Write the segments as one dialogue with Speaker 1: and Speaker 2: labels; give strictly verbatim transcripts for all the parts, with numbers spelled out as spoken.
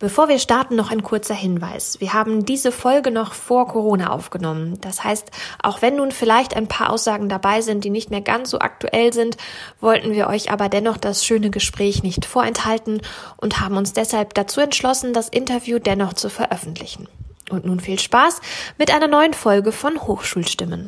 Speaker 1: Bevor wir starten, noch ein kurzer Hinweis. Wir haben diese Folge noch vor Corona aufgenommen. Das heißt, auch wenn nun vielleicht ein paar Aussagen dabei sind, die nicht mehr ganz so aktuell sind, wollten wir euch aber dennoch das schöne Gespräch nicht vorenthalten und haben uns deshalb dazu entschlossen, das Interview dennoch zu veröffentlichen. Und nun viel Spaß mit einer neuen Folge von Hochschulstimmen.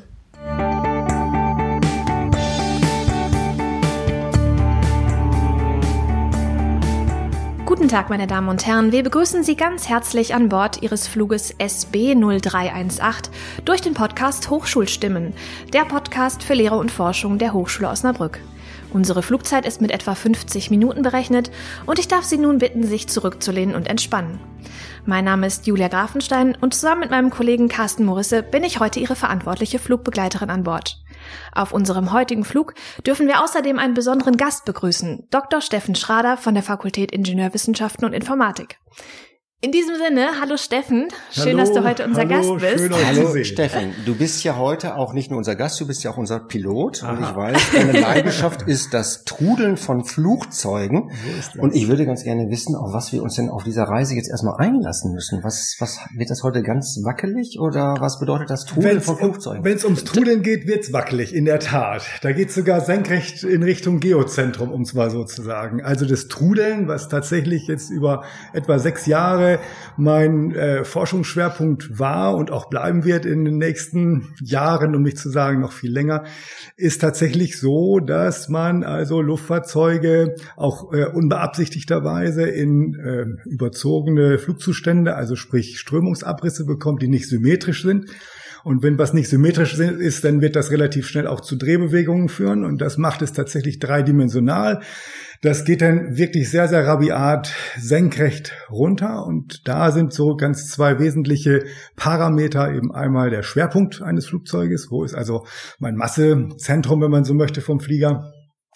Speaker 1: Guten Tag, meine Damen und Herren. Wir begrüßen Sie ganz herzlich an Bord Ihres Fluges S B null drei eins acht durch den Podcast Hochschulstimmen, der Podcast für Lehre und Forschung der Hochschule Osnabrück. Unsere Flugzeit ist mit etwa fünfzig Minuten berechnet und ich darf Sie nun bitten, sich zurückzulehnen und entspannen. Mein Name ist Julia Grafenstein und zusammen mit meinem Kollegen Carsten Morisse bin ich heute Ihre verantwortliche Flugbegleiterin an Bord. Auf unserem heutigen Flug dürfen wir außerdem einen besonderen Gast begrüßen, Doktor Steffen Schrader von der Fakultät Ingenieurwissenschaften und Informatik. In diesem Sinne, hallo Steffen, schön, hallo, dass du heute unser
Speaker 2: hallo,
Speaker 1: Gast bist.
Speaker 2: Schön,
Speaker 3: hallo Steffen, du bist ja heute auch nicht nur unser Gast, du bist ja auch unser Pilot. Aha. Und ich weiß, deine Leidenschaft ist das Trudeln von Flugzeugen. So und ich würde ganz gerne wissen, auf was wir uns denn auf dieser Reise jetzt erstmal einlassen müssen. Was, was wird das heute ganz wackelig oder was bedeutet das Trudeln wenn's, von Flugzeugen?
Speaker 2: Wenn es ums Trudeln geht, wird's wackelig, in der Tat. Da geht's sogar senkrecht in Richtung Geozentrum, um es mal so zu sagen. Also das Trudeln, was tatsächlich jetzt über etwa sechs Jahre mein äh, Forschungsschwerpunkt war und auch bleiben wird in den nächsten Jahren, um nicht zu sagen noch viel länger, ist tatsächlich so, dass man also Luftfahrzeuge auch äh, unbeabsichtigterweise in äh, überzogene Flugzustände, also sprich Strömungsabrisse bekommt, die nicht symmetrisch sind. Und wenn was nicht symmetrisch ist, dann wird das relativ schnell auch zu Drehbewegungen führen. Und das macht es tatsächlich dreidimensional. Das geht dann wirklich sehr, sehr rabiat senkrecht runter. Und da sind so ganz zwei wesentliche Parameter, eben einmal der Schwerpunkt eines Flugzeuges. Wo ist also mein Massezentrum, wenn man so möchte, vom Flieger?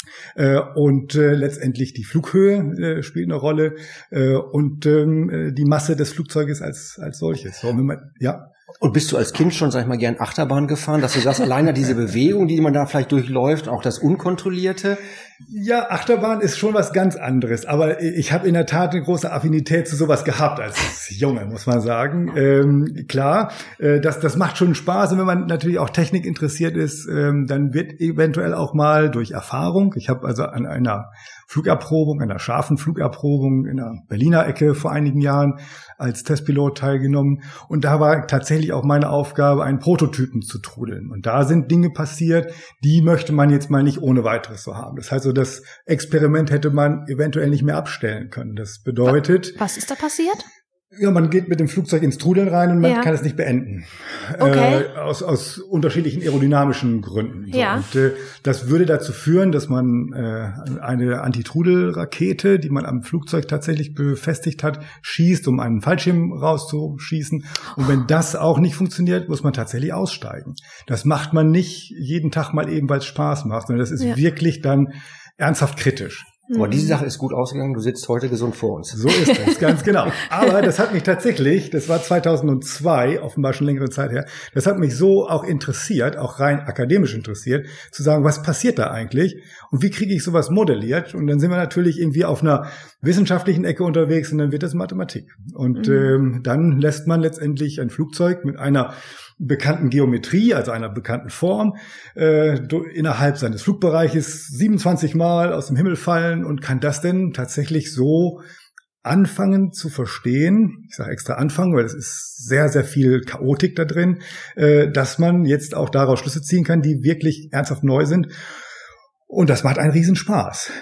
Speaker 2: Äh, und äh, letztendlich die Flughöhe äh, spielt eine Rolle. Äh, und ähm, die Masse des Flugzeuges als, als solches. So, wenn man, ja.
Speaker 3: Und bist du als Kind schon, sag ich mal, gern Achterbahn gefahren, dass du sagst, alleine diese Bewegung, die man da vielleicht durchläuft, auch das Unkontrollierte?
Speaker 2: Ja, Achterbahn ist schon was ganz anderes, aber ich habe in der Tat eine große Affinität zu sowas gehabt als Junge, muss man sagen. Ähm, klar, äh, das, das macht schon Spaß und wenn man natürlich auch Technik interessiert ist, ähm, dann wird eventuell auch mal durch Erfahrung, ich habe also an einer Flugabprobung, einer scharfen Flugabprobung in der Berliner Ecke vor einigen Jahren als Testpilot teilgenommen. Und da war tatsächlich auch meine Aufgabe, einen Prototypen zu trudeln. Und da sind Dinge passiert, die möchte man jetzt mal nicht ohne weiteres so haben. Das heißt, so das Experiment hätte man eventuell nicht mehr abstellen können. Das bedeutet...
Speaker 1: Was ist da passiert?
Speaker 2: Ja, man geht mit dem Flugzeug ins Trudeln rein und man ja. kann es nicht beenden.
Speaker 1: Okay.
Speaker 2: Äh, aus, aus unterschiedlichen aerodynamischen Gründen. So.
Speaker 1: Ja.
Speaker 2: Und äh, das würde dazu führen, dass man äh, eine Antitrudelrakete, die man am Flugzeug tatsächlich befestigt hat, schießt, um einen Fallschirm rauszuschießen. Und wenn das auch nicht funktioniert, muss man tatsächlich aussteigen. Das macht man nicht jeden Tag mal eben, weil es Spaß macht, sondern das ist ja. wirklich dann ernsthaft kritisch.
Speaker 3: Aber diese Sache ist gut ausgegangen, du sitzt heute gesund vor uns.
Speaker 2: So ist es, ganz genau. Aber das hat mich tatsächlich, das war zweitausendzwei, offenbar schon längere Zeit her, das hat mich so auch interessiert, auch rein akademisch interessiert, zu sagen, was passiert da eigentlich und wie kriege ich sowas modelliert? Und dann sind wir natürlich irgendwie auf einer wissenschaftlichen Ecke unterwegs und dann wird das Mathematik. Und mhm. ähm, dann lässt man letztendlich ein Flugzeug mit einer bekannten Geometrie, also einer bekannten Form, äh, innerhalb seines Flugbereiches siebenundzwanzig Mal aus dem Himmel fallen und kann das denn tatsächlich so anfangen zu verstehen, ich sage extra anfangen, weil es ist sehr, sehr viel Chaotik da drin, äh, dass man jetzt auch daraus Schlüsse ziehen kann, die wirklich ernsthaft neu sind. Und das macht einen Riesenspaß.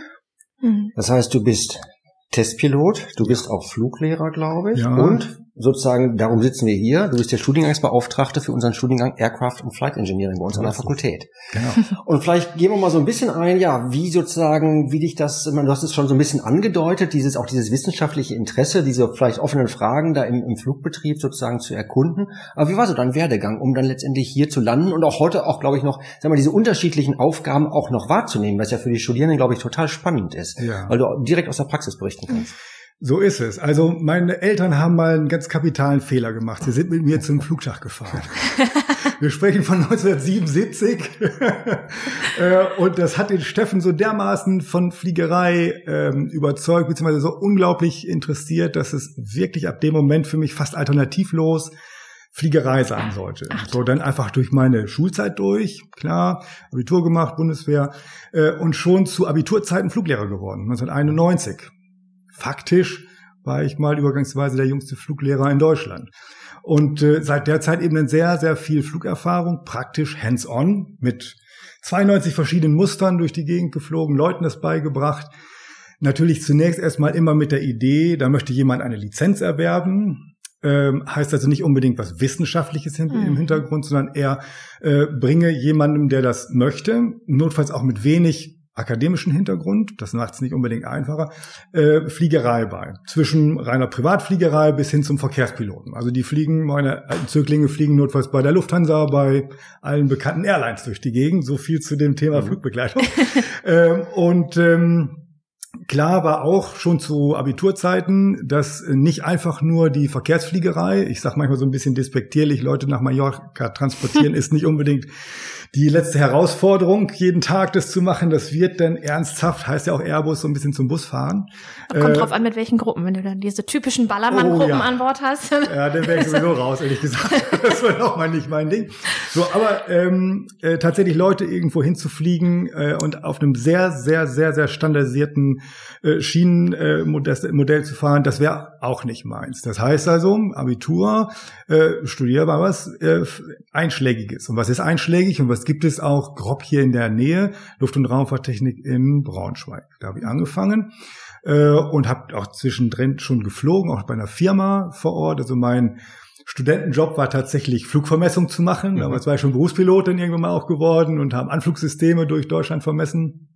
Speaker 3: Das heißt, du bist Testpilot, du bist auch Fluglehrer, glaube ich,
Speaker 2: ja.
Speaker 3: und sozusagen, darum sitzen wir hier, du bist der Studiengangsbeauftragte für unseren Studiengang Aircraft and Flight Engineering bei uns an der Fakultät.
Speaker 2: Genau.
Speaker 3: Und vielleicht gehen wir mal so ein bisschen ein, ja, wie sozusagen, wie dich das, du hast es schon so ein bisschen angedeutet, dieses, auch dieses wissenschaftliche Interesse, diese vielleicht offenen Fragen da im, im Flugbetrieb sozusagen zu erkunden. Aber wie war so dein Werdegang, um dann letztendlich hier zu landen und auch heute auch, glaube ich, noch, sagen wir, diese unterschiedlichen Aufgaben auch noch wahrzunehmen, was ja für die Studierenden, glaube ich, total spannend ist,
Speaker 2: ja.
Speaker 3: weil du direkt aus der Praxis berichten kannst.
Speaker 2: So ist es. Also meine Eltern haben mal einen ganz kapitalen Fehler gemacht. Sie sind mit mir zum Flugschach gefahren. Wir sprechen von neunzehnhundertsiebenundsiebzig. Und das hat den Steffen so dermaßen von Fliegerei ähm, überzeugt, beziehungsweise so unglaublich interessiert, dass es wirklich ab dem Moment für mich fast alternativlos Fliegerei sein sollte. Ach. So, dann einfach durch meine Schulzeit durch, klar, Abitur gemacht, Bundeswehr, äh, und schon zu Abiturzeiten Fluglehrer geworden, neunzehnhunderteinundneunzig. Faktisch war ich mal übergangsweise der jüngste Fluglehrer in Deutschland. Und äh, seit der Zeit eben dann sehr, sehr viel Flugerfahrung, praktisch hands-on, mit zweiundneunzig verschiedenen Mustern durch die Gegend geflogen, Leuten das beigebracht. Natürlich zunächst erstmal immer mit der Idee, da möchte jemand eine Lizenz erwerben. Ähm, heißt also nicht unbedingt was Wissenschaftliches hin- mhm. im Hintergrund, sondern eher äh, bringe jemandem, der das möchte, notfalls auch mit wenig akademischen Hintergrund, das macht es nicht unbedingt einfacher, äh, Fliegerei bei. Zwischen reiner Privatfliegerei bis hin zum Verkehrspiloten. Also die fliegen, meine alten Zöglinge fliegen notfalls bei der Lufthansa, bei allen bekannten Airlines durch die Gegend. So viel zu dem Thema mhm. Flugbegleitung. ähm, und ähm, Klar war auch schon zu Abiturzeiten, dass nicht einfach nur die Verkehrsfliegerei, ich sage manchmal so ein bisschen despektierlich, Leute nach Mallorca transportieren, ist nicht unbedingt die letzte Herausforderung, jeden Tag das zu machen. Das wird dann ernsthaft, heißt ja auch Airbus, so ein bisschen zum Busfahren.
Speaker 1: Kommt äh, drauf an, mit welchen Gruppen. Wenn du dann diese typischen Ballermann-Gruppen oh, ja. an Bord hast.
Speaker 2: Ja, dann wäre ich sowieso raus, ehrlich gesagt. Das war auch mal nicht mein Ding. So, aber ähm, äh, tatsächlich Leute irgendwo hinzufliegen äh, und auf einem sehr, sehr, sehr, sehr standardisierten äh, Schienenmodell äh, zu fahren, das wäre auch nicht meins. Das heißt also, Abitur, äh, studierbar was äh, Einschlägiges. Und was ist einschlägig und was gibt es auch grob hier in der Nähe? Luft- und Raumfahrttechnik in Braunschweig. Da habe ich angefangen äh, und habe auch zwischendrin schon geflogen, auch bei einer Firma vor Ort. Also mein Studentenjob war tatsächlich Flugvermessung zu machen. Mhm. Damals war ich schon Berufspilot dann irgendwann mal auch geworden und haben Anflugssysteme durch Deutschland vermessen.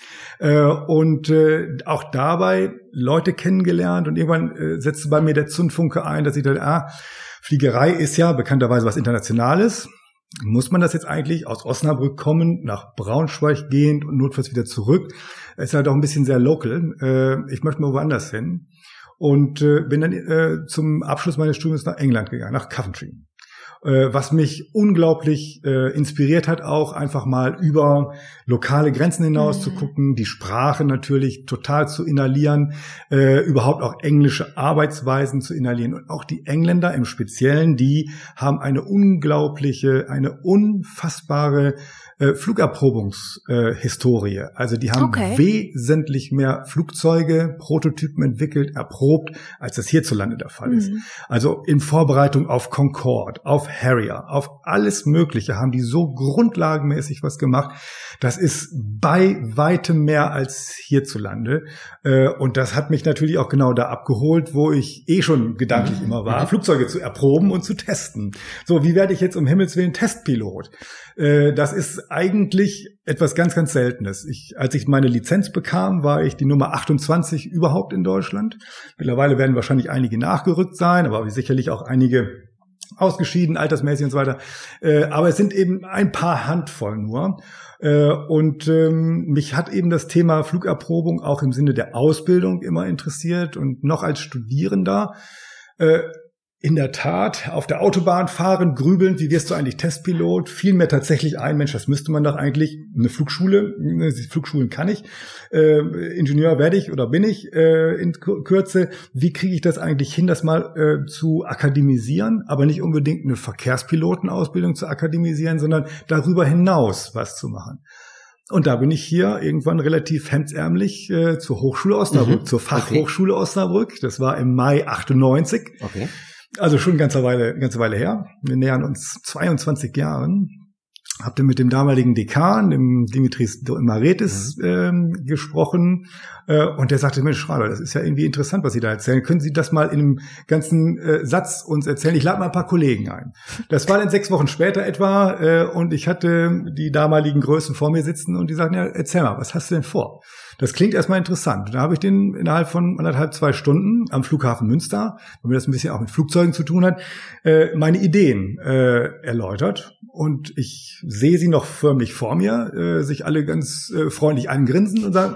Speaker 2: Äh, und äh, auch dabei Leute kennengelernt und irgendwann äh, setzte bei mir der Zündfunke ein, dass ich dachte, ah, Fliegerei ist ja bekannterweise was Internationales. Muss man das jetzt eigentlich aus Osnabrück kommen, nach Braunschweig gehend und notfalls wieder zurück? Ist halt auch ein bisschen sehr local. Äh, ich möchte mal woanders hin. Und äh, bin dann äh, zum Abschluss meines Studiums nach England gegangen, nach Coventry. Äh, was mich unglaublich äh, inspiriert hat, auch einfach mal über lokale Grenzen hinaus mhm. zu gucken, die Sprache natürlich total zu inhalieren, äh, überhaupt auch englische Arbeitsweisen zu inhalieren. Und auch die Engländer im Speziellen, die haben eine unglaubliche, eine unfassbare äh, Flugerprobungshistorie. Äh, also die haben okay. wesentlich mehr Flugzeuge, Prototypen entwickelt, erprobt, als das hierzulande der Fall mhm. ist. Also in Vorbereitung auf Concorde, auf Harrier, auf alles Mögliche haben die so grundlagenmäßig was gemacht. Das ist bei weitem mehr als hierzulande. Äh, und das hat mich natürlich auch genau da abgeholt, wo ich eh schon gedanklich mhm. immer war, mhm. Flugzeuge zu erproben und zu testen. So, wie werde ich jetzt um Himmels Willen Testpilot? Äh, das ist eigentlich etwas ganz, ganz Seltenes. Ich, als ich meine Lizenz bekam, war ich die Nummer achtundzwanzig überhaupt in Deutschland. Mittlerweile werden wahrscheinlich einige nachgerückt sein, aber sicherlich auch einige ausgeschieden, altersmäßig und so weiter. Äh, aber es sind eben ein paar Handvoll nur. Äh, und ähm, mich hat eben das Thema Flugerprobung auch im Sinne der Ausbildung immer interessiert. Und noch als Studierender äh, in der Tat auf der Autobahn fahren, grübeln, wie wirst du eigentlich Testpilot, fiel mir tatsächlich ein, Mensch, das müsste man doch eigentlich, eine Flugschule, Flugschulen kann ich, äh, Ingenieur werde ich oder bin ich äh, in Kürze, wie kriege ich das eigentlich hin, das mal äh, zu akademisieren, aber nicht unbedingt eine Verkehrspilotenausbildung zu akademisieren, sondern darüber hinaus was zu machen. Und da bin ich hier irgendwann relativ hemdsärmlich äh, zur Hochschule Osnabrück, mhm. zur Fachhochschule okay. Osnabrück, das war im Mai achtundneunzig. Okay. Also schon eine ganze Weile, eine ganze Weile her. Wir nähern uns zweiundzwanzig Jahren. Hab dann mit dem damaligen Dekan, dem Dimitris Maretis, mhm. ähm, gesprochen. Äh, und der sagte, Mensch, Schreiber, das ist ja irgendwie interessant, was Sie da erzählen. Können Sie das mal in einem ganzen äh, Satz uns erzählen? Ich lade mal ein paar Kollegen ein. Das war dann sechs Wochen später etwa. Äh, und ich hatte die damaligen Größen vor mir sitzen und die sagten, ja, erzähl mal, was hast du denn vor? Das klingt erstmal interessant. Da habe ich den innerhalb von anderthalb, zwei Stunden am Flughafen Münster, weil mir das ein bisschen auch mit Flugzeugen zu tun hat, äh, meine Ideen äh, erläutert. Und ich sehe sie noch förmlich vor mir, äh, sich alle ganz äh, freundlich angrinsen und sagen,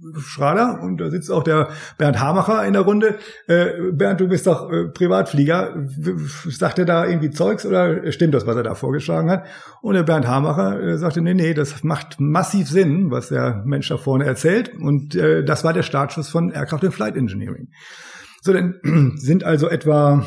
Speaker 2: Schrader, und da sitzt auch der Bernd Hamacher in der Runde. Äh, Bernd, du bist doch äh, Privatflieger. Sagt er da irgendwie Zeugs oder stimmt das, was er da vorgeschlagen hat? Und der Bernd Hamacher äh, sagte, nee, nee, das macht massiv Sinn, was der Mensch da vorne erzählt. Und äh, das war der Startschuss von Aircraft and Flight Engineering. So, dann sind also etwa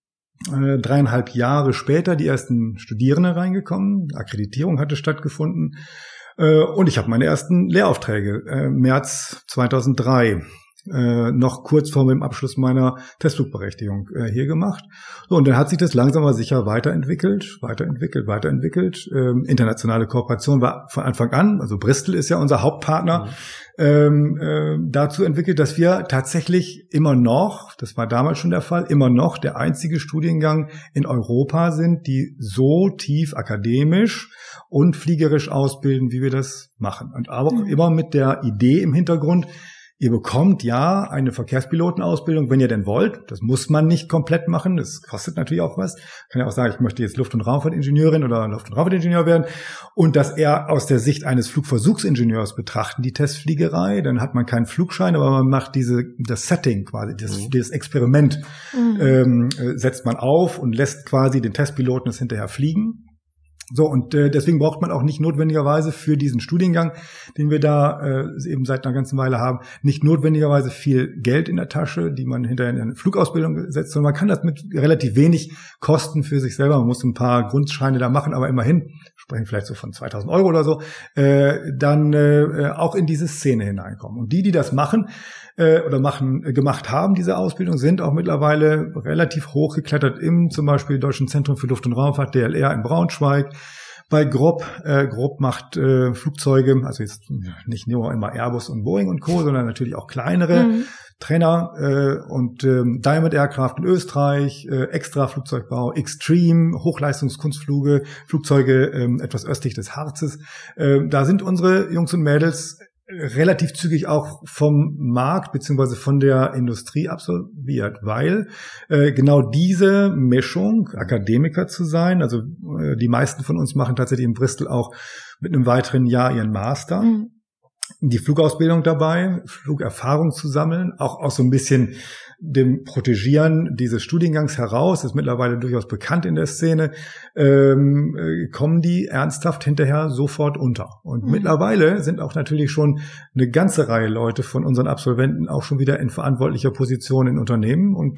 Speaker 2: äh, dreieinhalb Jahre später die ersten Studierende reingekommen. Akkreditierung hatte stattgefunden. Äh, und ich habe meine ersten Lehraufträge äh, März zweitausenddrei äh, noch kurz vor dem Abschluss meiner Testflugberechtigung äh, hier gemacht. So, und dann hat sich das langsam aber sicher weiterentwickelt, weiterentwickelt, weiterentwickelt. Ähm, internationale Kooperation war von Anfang an, also Bristol ist ja unser Hauptpartner, mhm. ähm, äh, dazu entwickelt, dass wir tatsächlich immer noch, das war damals schon der Fall, immer noch der einzige Studiengang in Europa sind, die so tief akademisch und fliegerisch ausbilden, wie wir das machen. Und auch mhm. immer mit der Idee im Hintergrund, ihr bekommt ja eine Verkehrspilotenausbildung, wenn ihr denn wollt. Das muss man nicht komplett machen. Das kostet natürlich auch was. Kann ja auch sagen, ich möchte jetzt Luft- und Raumfahrtingenieurin oder Luft- und Raumfahrtingenieur werden. Und das eher aus der Sicht eines Flugversuchsingenieurs betrachten, die Testfliegerei. Dann hat man keinen Flugschein, aber man macht diese, das Setting quasi, das, mhm. das Experiment mhm. ähm, setzt man auf und lässt quasi den Testpiloten das hinterher fliegen. So, und äh, deswegen braucht man auch nicht notwendigerweise für diesen Studiengang, den wir da äh, eben seit einer ganzen Weile haben, nicht notwendigerweise viel Geld in der Tasche, die man hinterher in eine Flugausbildung setzt, sondern man kann das mit relativ wenig Kosten für sich selber, man muss ein paar Grundscheine da machen, aber immerhin, sprechen vielleicht so von zweitausend Euro oder so, äh, dann äh, auch in diese Szene hineinkommen. Und die, die das machen äh, oder machen äh, gemacht haben, diese Ausbildung, sind auch mittlerweile relativ hoch geklettert im zum Beispiel Deutschen Zentrum für Luft- und Raumfahrt, D L R in Braunschweig. Bei Grob, äh, Grob macht äh, Flugzeuge, also jetzt nicht nur immer Airbus und Boeing und Co., sondern natürlich auch kleinere mhm. Trainer äh, und ähm, Diamond Aircraft in Österreich, äh, Extra Flugzeugbau, Extreme, Hochleistungskunstflüge, Flugzeuge ähm, etwas östlich des Harzes. Äh, da sind unsere Jungs und Mädels relativ zügig auch vom Markt beziehungsweise von der Industrie absolviert, weil äh, genau diese Mischung, Akademiker zu sein, also äh, die meisten von uns machen tatsächlich in Bristol auch mit einem weiteren Jahr ihren Master, mhm. die Flugausbildung dabei, Flugerfahrung zu sammeln, auch auch so ein bisschen dem Protegieren dieses Studiengangs heraus, ist mittlerweile durchaus bekannt in der Szene, ähm, äh, kommen die ernsthaft hinterher sofort unter. Und mhm. mittlerweile sind auch natürlich schon eine ganze Reihe Leute von unseren Absolventen auch schon wieder in verantwortlicher Position in Unternehmen. Und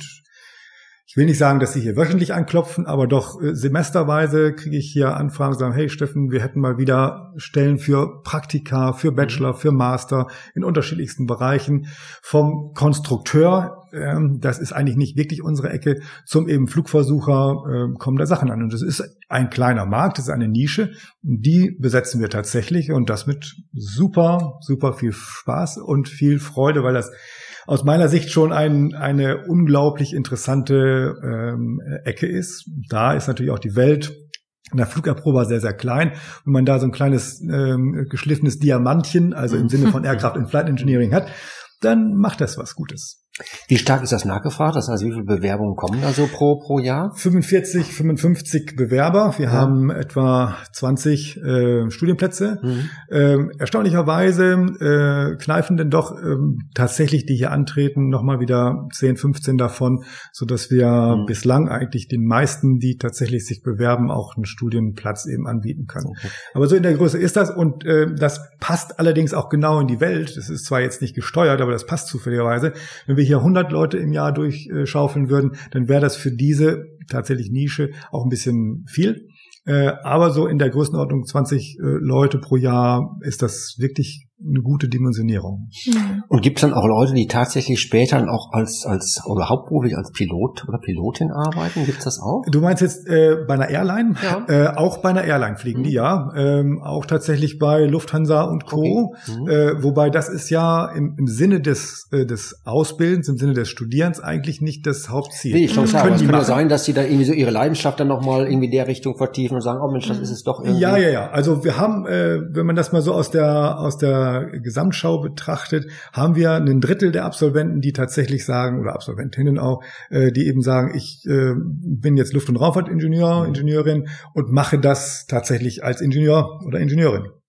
Speaker 2: ich will nicht sagen, dass sie hier wöchentlich anklopfen, aber doch äh, semesterweise kriege ich hier Anfragen, sagen, hey Steffen, wir hätten mal wieder Stellen für Praktika, für Bachelor, für Master in unterschiedlichsten Bereichen, vom Konstrukteur, ähm, das ist eigentlich nicht wirklich unsere Ecke, zum eben Flugversucher äh, kommen da Sachen an. Und das ist ein kleiner Markt, das ist eine Nische, die besetzen wir tatsächlich und das mit super, super viel Spaß und viel Freude, weil das aus meiner Sicht schon ein, eine unglaublich interessante ähm, Ecke ist. Da ist natürlich auch die Welt in der Flugerprobe sehr, sehr klein. Wenn man da so ein kleines ähm, geschliffenes Diamantchen, also im Sinne von Aircraft and Flight Engineering hat, dann macht das was Gutes.
Speaker 3: Wie stark ist das nachgefragt? Das heißt, wie viele Bewerbungen kommen da so pro pro Jahr?
Speaker 2: fünfundvierzig, fünfundfünfzig Bewerber. Wir ja. haben etwa zwanzig äh, Studienplätze. Mhm. Ähm, erstaunlicherweise äh, kneifen denn doch ähm, tatsächlich, die hier antreten, nochmal wieder zehn, fünfzehn davon, sodass wir mhm. bislang eigentlich den meisten, die tatsächlich sich bewerben, auch einen Studienplatz eben anbieten können. Okay. Aber so in der Größe ist das und äh, das passt allerdings auch genau in die Welt. Das ist zwar jetzt nicht gesteuert, aber das passt zufälligerweise. Wenn wir hier hundert Leute im Jahr durchschaufeln würden, dann wäre das für diese tatsächlich Nische auch ein bisschen viel. Äh, aber so in der Größenordnung zwanzig äh, Leute pro Jahr ist das wirklich eine gute Dimensionierung.
Speaker 3: Und gibt es dann auch Leute, die tatsächlich später dann auch als als oder hauptberuflich als Pilot oder Pilotin arbeiten? Gibt es das auch?
Speaker 2: Du meinst jetzt äh, bei einer Airline? Ja. Äh, auch bei einer Airline fliegen mhm. die, ja. Ähm, auch tatsächlich bei Lufthansa und Co. Okay. Mhm. Äh, wobei das ist ja im, im Sinne des äh, des Ausbildens, im Sinne des Studierens eigentlich nicht das Hauptziel.
Speaker 3: Nee, ich glaube, sagen, es kann ja sein, dass sie da irgendwie so ihre Leidenschaft dann nochmal irgendwie der Richtung vertiefen und sagen, oh Mensch, das ist es doch irgendwie.
Speaker 2: Ja, ja, ja. Also wir haben, äh, wenn man das mal so aus der aus der Gesamtschau betrachtet, haben wir ein Drittel der Absolventen, die tatsächlich sagen, oder Absolventinnen auch, äh, die eben sagen, ich äh, bin jetzt Luft- und Raumfahrtingenieur, Ingenieurin und mache das tatsächlich als Ingenieur oder Ingenieurin.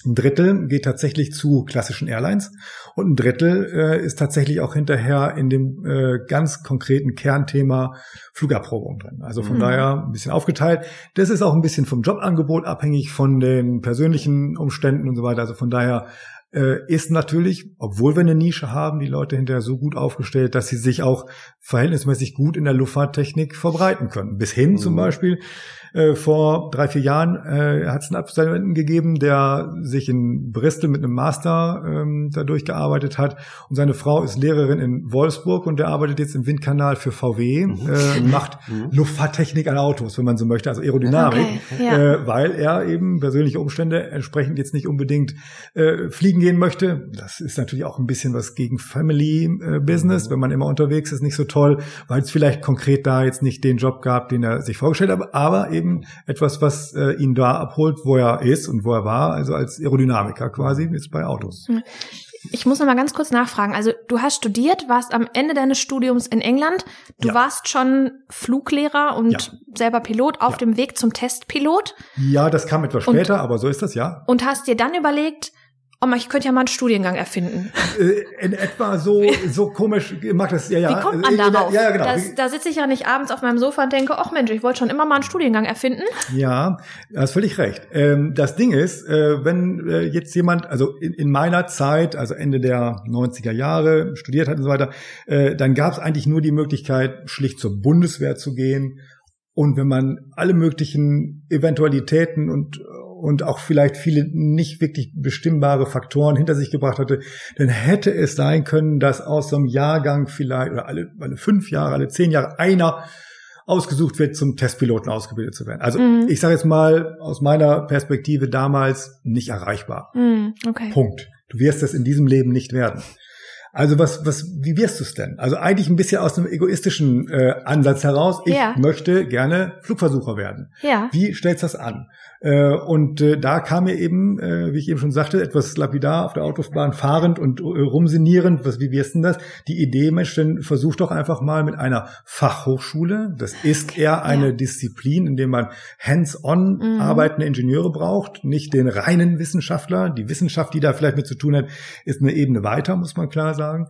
Speaker 2: Ein Drittel geht tatsächlich zu klassischen Airlines und ein Drittel äh, ist tatsächlich auch hinterher in dem äh, ganz konkreten Kernthema Flugerprobung drin. Also von mhm. daher ein bisschen aufgeteilt. Das ist auch ein bisschen vom Jobangebot abhängig, von den persönlichen Umständen und so weiter. Also von daher äh, ist natürlich, obwohl wir eine Nische haben, die Leute hinterher so gut aufgestellt, dass sie sich auch verhältnismäßig gut in der Luftfahrttechnik verbreiten können. Bis hin mhm. zum Beispiel Äh, vor drei, vier Jahren äh, hat es einen Absolventen gegeben, der sich in Bristol mit einem Master ähm, da durchgearbeitet hat. Und seine Frau ist Lehrerin in Wolfsburg und der arbeitet jetzt im Windkanal für V W, mhm. äh, macht mhm. Luftfahrttechnik an Autos, wenn man so möchte, also Aerodynamik, okay, ja. äh, weil er eben persönliche Umstände entsprechend jetzt nicht unbedingt äh, fliegen gehen möchte. Das ist natürlich auch ein bisschen was gegen Family äh, Business, mhm. wenn man immer unterwegs ist, nicht so toll, weil es vielleicht konkret da jetzt nicht den Job gab, den er sich vorgestellt hat, aber eben etwas, was äh, ihn da abholt, wo er ist und wo er war, also als Aerodynamiker quasi, jetzt bei Autos.
Speaker 1: Ich muss noch mal ganz kurz nachfragen. Also du hast studiert, warst am Ende deines Studiums in England. Du ja. warst schon Fluglehrer und ja. selber Pilot auf ja. dem Weg zum Testpilot.
Speaker 2: Ja, das kam etwas später, und, aber so ist das, ja.
Speaker 1: Und hast dir dann überlegt, oh, ich könnte ja mal einen Studiengang erfinden.
Speaker 2: In etwa so so komisch macht das ja ja.
Speaker 1: Wie kommt man darauf?
Speaker 2: Ja, ja, genau.
Speaker 1: Das, da sitze ich ja nicht abends auf meinem Sofa und denke, ach Mensch, ich wollte schon immer mal einen Studiengang erfinden.
Speaker 2: Ja, du hast völlig recht. Das Ding ist, wenn jetzt jemand, also in, in meiner Zeit, also Ende der neunziger Jahre, studiert hat und so weiter, dann gab es eigentlich nur die Möglichkeit, schlicht zur Bundeswehr zu gehen. Und wenn man alle möglichen Eventualitäten und und auch vielleicht viele nicht wirklich bestimmbare Faktoren hinter sich gebracht hatte, dann hätte es sein können, dass aus so einem Jahrgang vielleicht, oder alle, alle fünf Jahre, alle zehn Jahre einer ausgesucht wird, zum Testpiloten ausgebildet zu werden. Also mhm. ich sage jetzt mal aus meiner Perspektive damals nicht erreichbar.
Speaker 1: Mhm, okay.
Speaker 2: Punkt. Du wirst es in diesem Leben nicht werden. Also was, was, wie wirst du es denn? Also eigentlich ein bisschen aus einem egoistischen äh, Ansatz heraus. Ich
Speaker 1: ja.
Speaker 2: möchte gerne Flugversucher werden.
Speaker 1: Ja.
Speaker 2: Wie stellst du das an? Äh, und äh, da kam mir eben, äh, wie ich eben schon sagte, etwas lapidar auf der Autobahn fahrend und äh, rumsinierend. Was, wie wirst denn das? Die Idee, Mensch, dann versuch doch einfach mal mit einer Fachhochschule. Das ist eher eine ja. Disziplin, in der man hands-on mhm. arbeitende Ingenieure braucht, nicht den reinen Wissenschaftler. Die Wissenschaft, die da vielleicht mit zu tun hat, ist eine Ebene weiter, muss man klar sagen.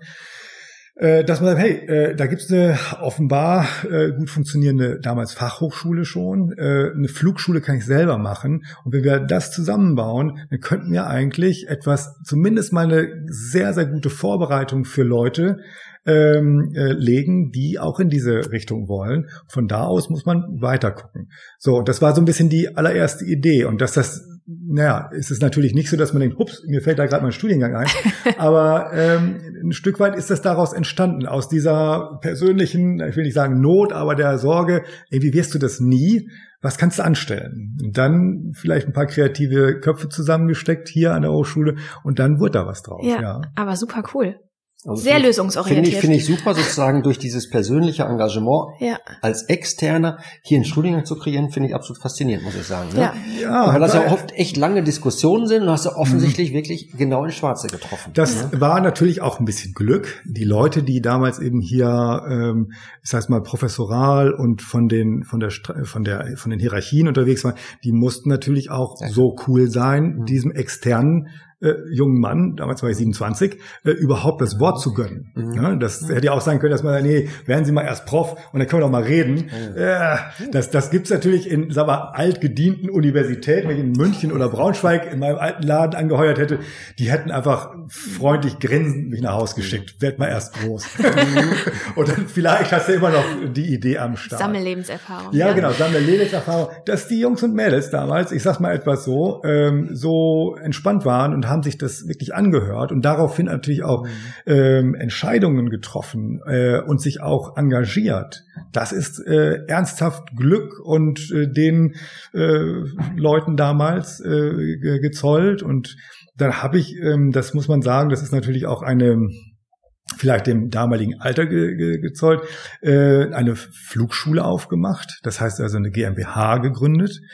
Speaker 2: Dass man sagt, hey, äh, da gibt's eine offenbar äh, gut funktionierende damals Fachhochschule schon. Äh, eine Flugschule kann ich selber machen. Und wenn wir das zusammenbauen, dann könnten wir eigentlich etwas, zumindest mal eine sehr, sehr gute Vorbereitung für Leute ähm, äh, legen, die auch in diese Richtung wollen. Von da aus muss man weiter gucken. So, und das war so ein bisschen die allererste Idee. Und dass das Naja, es ist natürlich nicht so, dass man denkt, ups, mir fällt da gerade mein Studiengang ein. Aber ähm, ein Stück weit ist das daraus entstanden, aus dieser persönlichen, ich will nicht sagen Not, aber der Sorge, irgendwie wirst du das nie, was kannst du anstellen? Und dann vielleicht ein paar kreative Köpfe zusammengesteckt hier an der Hochschule und dann wurde da was draus.
Speaker 1: Ja,
Speaker 2: ja.
Speaker 1: aber super cool.
Speaker 3: Also
Speaker 1: sehr
Speaker 3: find,
Speaker 1: lösungsorientiert.
Speaker 3: Finde ich, finde ich super, sozusagen durch dieses persönliche Engagement
Speaker 1: ja.
Speaker 3: als Externer hier einen Studiengang zu kreieren, finde ich absolut faszinierend, muss ich sagen. Ne?
Speaker 1: Ja.
Speaker 2: Ja,
Speaker 3: weil das ja oft echt lange Diskussionen sind und hast du offensichtlich mhm. wirklich genau ins Schwarze getroffen.
Speaker 2: Das ja. war natürlich auch ein bisschen Glück. Die Leute, die damals eben hier, ähm, das heißt mal professoral und von den von der von der von den Hierarchien unterwegs waren, die mussten natürlich auch ja. so cool sein, mhm. diesem externen Äh, jungen Mann, damals war ich siebenundzwanzig, äh, überhaupt das Wort zu gönnen. Mhm. Ja, das mhm. hätte ja auch sein können, dass man, nee, werden Sie mal erst Prof und dann können wir doch mal reden. Mhm. Äh, das das gibt's natürlich in, sagen wir, altgedienten Universitäten, wenn ich in München oder Braunschweig in meinem alten Laden angeheuert hätte, die hätten einfach freundlich grinsend mich nach Hause geschickt. Werd mal erst groß. Und dann vielleicht hast du immer noch die Idee am Start.
Speaker 1: Sammellebenserfahrung.
Speaker 2: Ja, ja, genau, Sammellebenserfahrung. Dass die Jungs und Mädels damals, ich sag's mal etwas so, ähm, so entspannt waren und haben sich das wirklich angehört und daraufhin natürlich auch mhm. ähm, Entscheidungen getroffen äh, und sich auch engagiert. Das ist äh, ernsthaft Glück und äh, den äh, Leuten damals äh, ge- gezollt. Und dann habe ich, ähm, das muss man sagen, das ist natürlich auch eine, vielleicht dem damaligen Alter ge- ge- gezollt, äh, eine Flugschule aufgemacht. Das heißt also eine GmbH gegründet.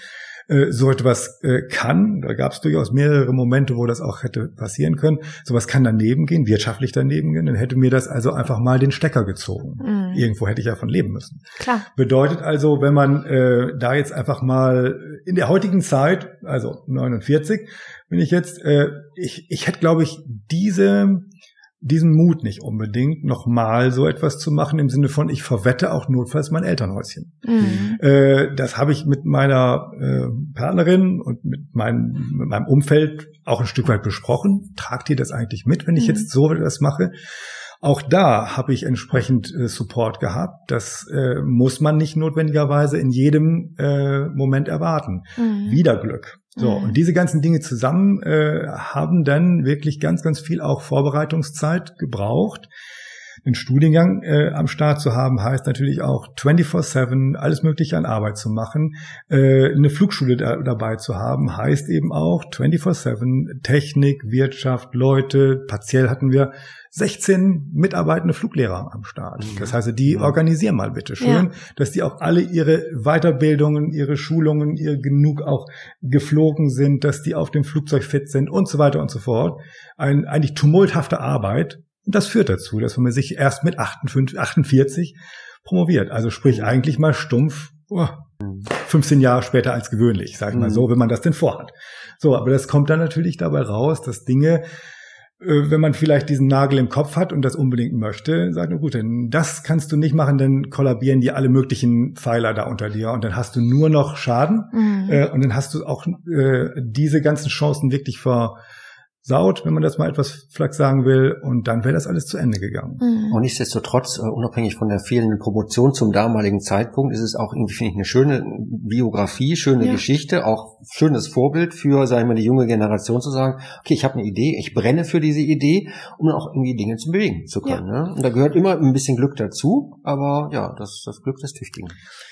Speaker 2: äh, so etwas äh, kann, da gab es durchaus mehrere Momente, wo das auch hätte passieren können, sowas kann daneben gehen, wirtschaftlich daneben gehen, dann hätte mir das also einfach mal den Stecker gezogen. Mhm. Irgendwo hätte ich ja von leben müssen.
Speaker 1: Klar.
Speaker 2: Bedeutet also, wenn man äh, da jetzt einfach mal in der heutigen Zeit, also neunundvierzig, bin ich jetzt, äh, ich, ich hätte, glaube ich, diese diesen Mut nicht unbedingt, nochmal so etwas zu machen, im Sinne von, ich verwette auch notfalls mein Elternhäuschen. Mhm. Äh, das habe ich mit meiner äh, Partnerin und mit meinem, mit meinem Umfeld auch ein Stück weit besprochen. Tragt ihr das eigentlich mit, wenn ich mhm. jetzt so etwas mache? Auch da habe ich entsprechend äh, Support gehabt. Das äh, muss man nicht notwendigerweise in jedem äh, Moment erwarten. Mhm. Wieder Glück. So, mhm. und diese ganzen Dinge zusammen äh, haben dann wirklich ganz, ganz viel auch Vorbereitungszeit gebraucht. Den Studiengang äh, am Start zu haben, heißt natürlich auch vierundzwanzig sieben alles Mögliche an Arbeit zu machen. Äh, eine Flugschule da, dabei zu haben, heißt eben auch vierundzwanzig sieben Technik, Wirtschaft, Leute. Partiell hatten wir sechzehn mitarbeitende Fluglehrer am Start. Mhm. Das heißt, die organisieren mal bitte schön, ja. dass die auch alle ihre Weiterbildungen, ihre Schulungen, ihr genug auch geflogen sind, dass die auf dem Flugzeug fit sind und so weiter und so fort. Ein, eigentlich tumulthafte Arbeit. Und das führt dazu, dass man sich erst mit achtundfünfzig, achtundvierzig promoviert. Also sprich eigentlich mal stumpf oh, fünfzehn Jahre später als gewöhnlich, sag ich mal so, wenn man das denn vorhat. So, aber das kommt dann natürlich dabei raus, dass Dinge, wenn man vielleicht diesen Nagel im Kopf hat und das unbedingt möchte, sagt, na gut, denn das kannst du nicht machen, dann kollabieren die alle möglichen Pfeiler da unter dir und dann hast du nur noch Schaden mhm. äh, und dann hast du auch äh, diese ganzen Chancen wirklich ver saut, wenn man das mal etwas flach sagen will, und dann wäre das alles zu Ende gegangen.
Speaker 3: Mhm. Und nichtsdestotrotz, uh, unabhängig von der fehlenden Promotion zum damaligen Zeitpunkt, ist es auch irgendwie, finde ich, eine schöne Biografie, schöne ja. Geschichte, auch schönes Vorbild für, sagen wir, die junge Generation zu sagen, okay, ich habe eine Idee, ich brenne für diese Idee, um dann auch irgendwie Dinge zu bewegen zu können. Ja. Ne? Und da gehört immer ein bisschen Glück dazu, aber ja, das, das Glück des Tüchtigen.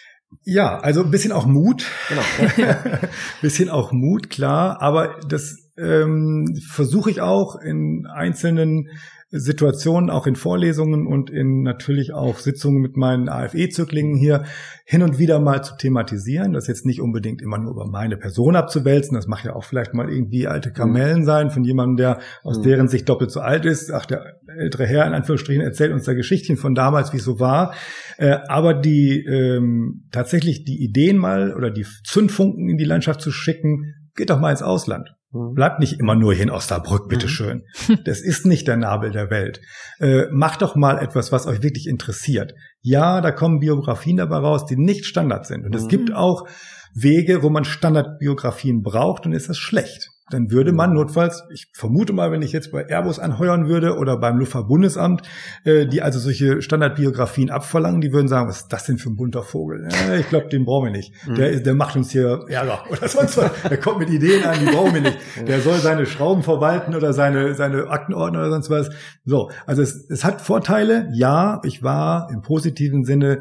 Speaker 2: Ja, also ein bisschen auch Mut.
Speaker 3: Genau.
Speaker 2: bisschen auch Mut, klar, aber das ähm, versuche ich auch in einzelnen Situationen, auch in Vorlesungen und in natürlich auch Sitzungen mit meinen A F E-Zöglingen hier hin und wieder mal zu thematisieren. Das jetzt nicht unbedingt immer nur über meine Person abzuwälzen. Das mag ja auch vielleicht mal irgendwie alte Kamellen sein von jemandem, der aus mhm. deren Sicht doppelt so alt ist. Ach, der ältere Herr in Anführungsstrichen erzählt uns da Geschichtchen von damals, wie es so war. Äh, aber die ähm, tatsächlich die Ideen mal oder die Zündfunken in die Landschaft zu schicken, geht doch mal ins Ausland. Bleibt nicht immer nur hier in Osnabrück, bitteschön. Das ist nicht der Nabel der Welt. Äh, macht doch mal etwas, was euch wirklich interessiert. Ja, da kommen Biografien dabei raus, die nicht Standard sind. Und es gibt auch Wege, wo man Standardbiografien braucht, und ist das schlecht. Dann würde man notfalls, ich vermute mal, wenn ich jetzt bei Airbus anheuern würde oder beim Luftfahrtbundesamt, äh, die also solche Standardbiografien abverlangen, die würden sagen, was ist das denn für ein bunter Vogel? Äh, ich glaube, den brauchen wir nicht. Mhm. Der, der macht uns hier Ärger oder sonst was. Der kommt mit Ideen an, die brauchen wir nicht. Der soll seine Schrauben verwalten oder seine, seine Aktenordner oder sonst was. So, also es, es hat Vorteile. Ja, ich war im positiven Sinne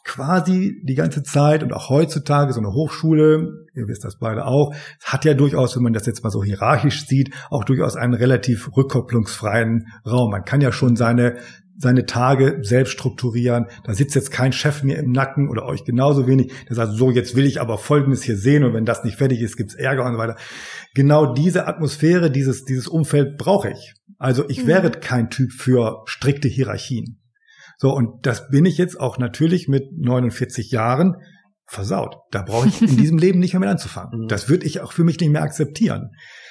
Speaker 2: quasi die ganze Zeit und auch heutzutage so eine Hochschule, ihr wisst das beide auch, hat ja durchaus, wenn man das jetzt mal so hierarchisch sieht, auch durchaus einen relativ rückkopplungsfreien Raum. Man kann ja schon seine seine Tage selbst strukturieren. Da sitzt jetzt kein Chef mir im Nacken oder euch genauso wenig, der sagt, so, jetzt will ich aber Folgendes hier sehen und wenn das nicht fertig ist, gibt's Ärger und so weiter. Genau diese Atmosphäre, dieses dieses Umfeld brauche ich. Also ich mhm. wäre kein Typ für strikte Hierarchien. So, und das bin ich jetzt auch natürlich mit neunundvierzig Jahren versaut. Da brauche ich in diesem Leben nicht mehr mit anzufangen. Das würde ich auch für mich nicht mehr akzeptieren.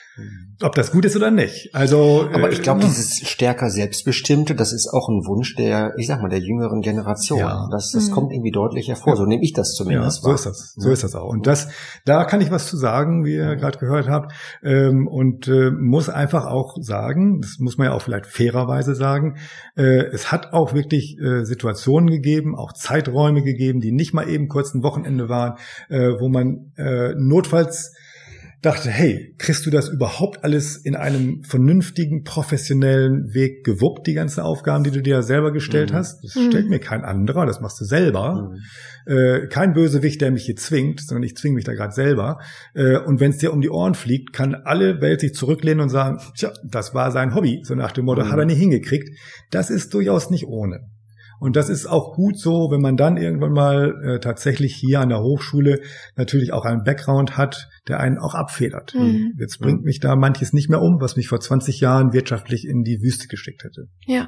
Speaker 2: Ob das gut ist oder nicht. Also,
Speaker 3: aber ich glaube, äh, dieses stärker Selbstbestimmte, das ist auch ein Wunsch der, ich sag mal, der jüngeren Generation. Ja. Das, das mhm. kommt irgendwie deutlich hervor. Ja. So nehme ich das zumindest.
Speaker 2: Ja, so ist das. So ja. ist das auch. Und das, da kann ich was zu sagen, wie ihr gerade gehört habt. Ähm, und äh, muss einfach auch sagen, das muss man ja auch vielleicht fairerweise sagen, äh, es hat auch wirklich äh, Situationen gegeben, auch Zeiträume gegeben, die nicht mal eben kurz ein Wochenende waren, äh, wo man äh, notfalls dachte, hey, kriegst du das überhaupt alles in einem vernünftigen, professionellen Weg gewuppt, die ganzen Aufgaben, die du dir selber gestellt mhm. hast? Das mhm. stellt mir kein anderer, das machst du selber. Mhm. Äh, kein Bösewicht, der mich hier zwingt, sondern ich zwinge mich da gerade selber. Äh, und wenn es dir um die Ohren fliegt, kann alle Welt sich zurücklehnen und sagen, tja, das war sein Hobby. So nach dem Motto, mhm. hat er nicht hingekriegt. Das ist durchaus nicht ohne. Und das ist auch gut so, wenn man dann irgendwann mal äh, tatsächlich hier an der Hochschule natürlich auch einen Background hat, der einen auch abfedert. Mhm. Jetzt bringt mich da manches nicht mehr um, was mich vor zwanzig Jahren wirtschaftlich in die Wüste geschickt hätte.
Speaker 1: Ja.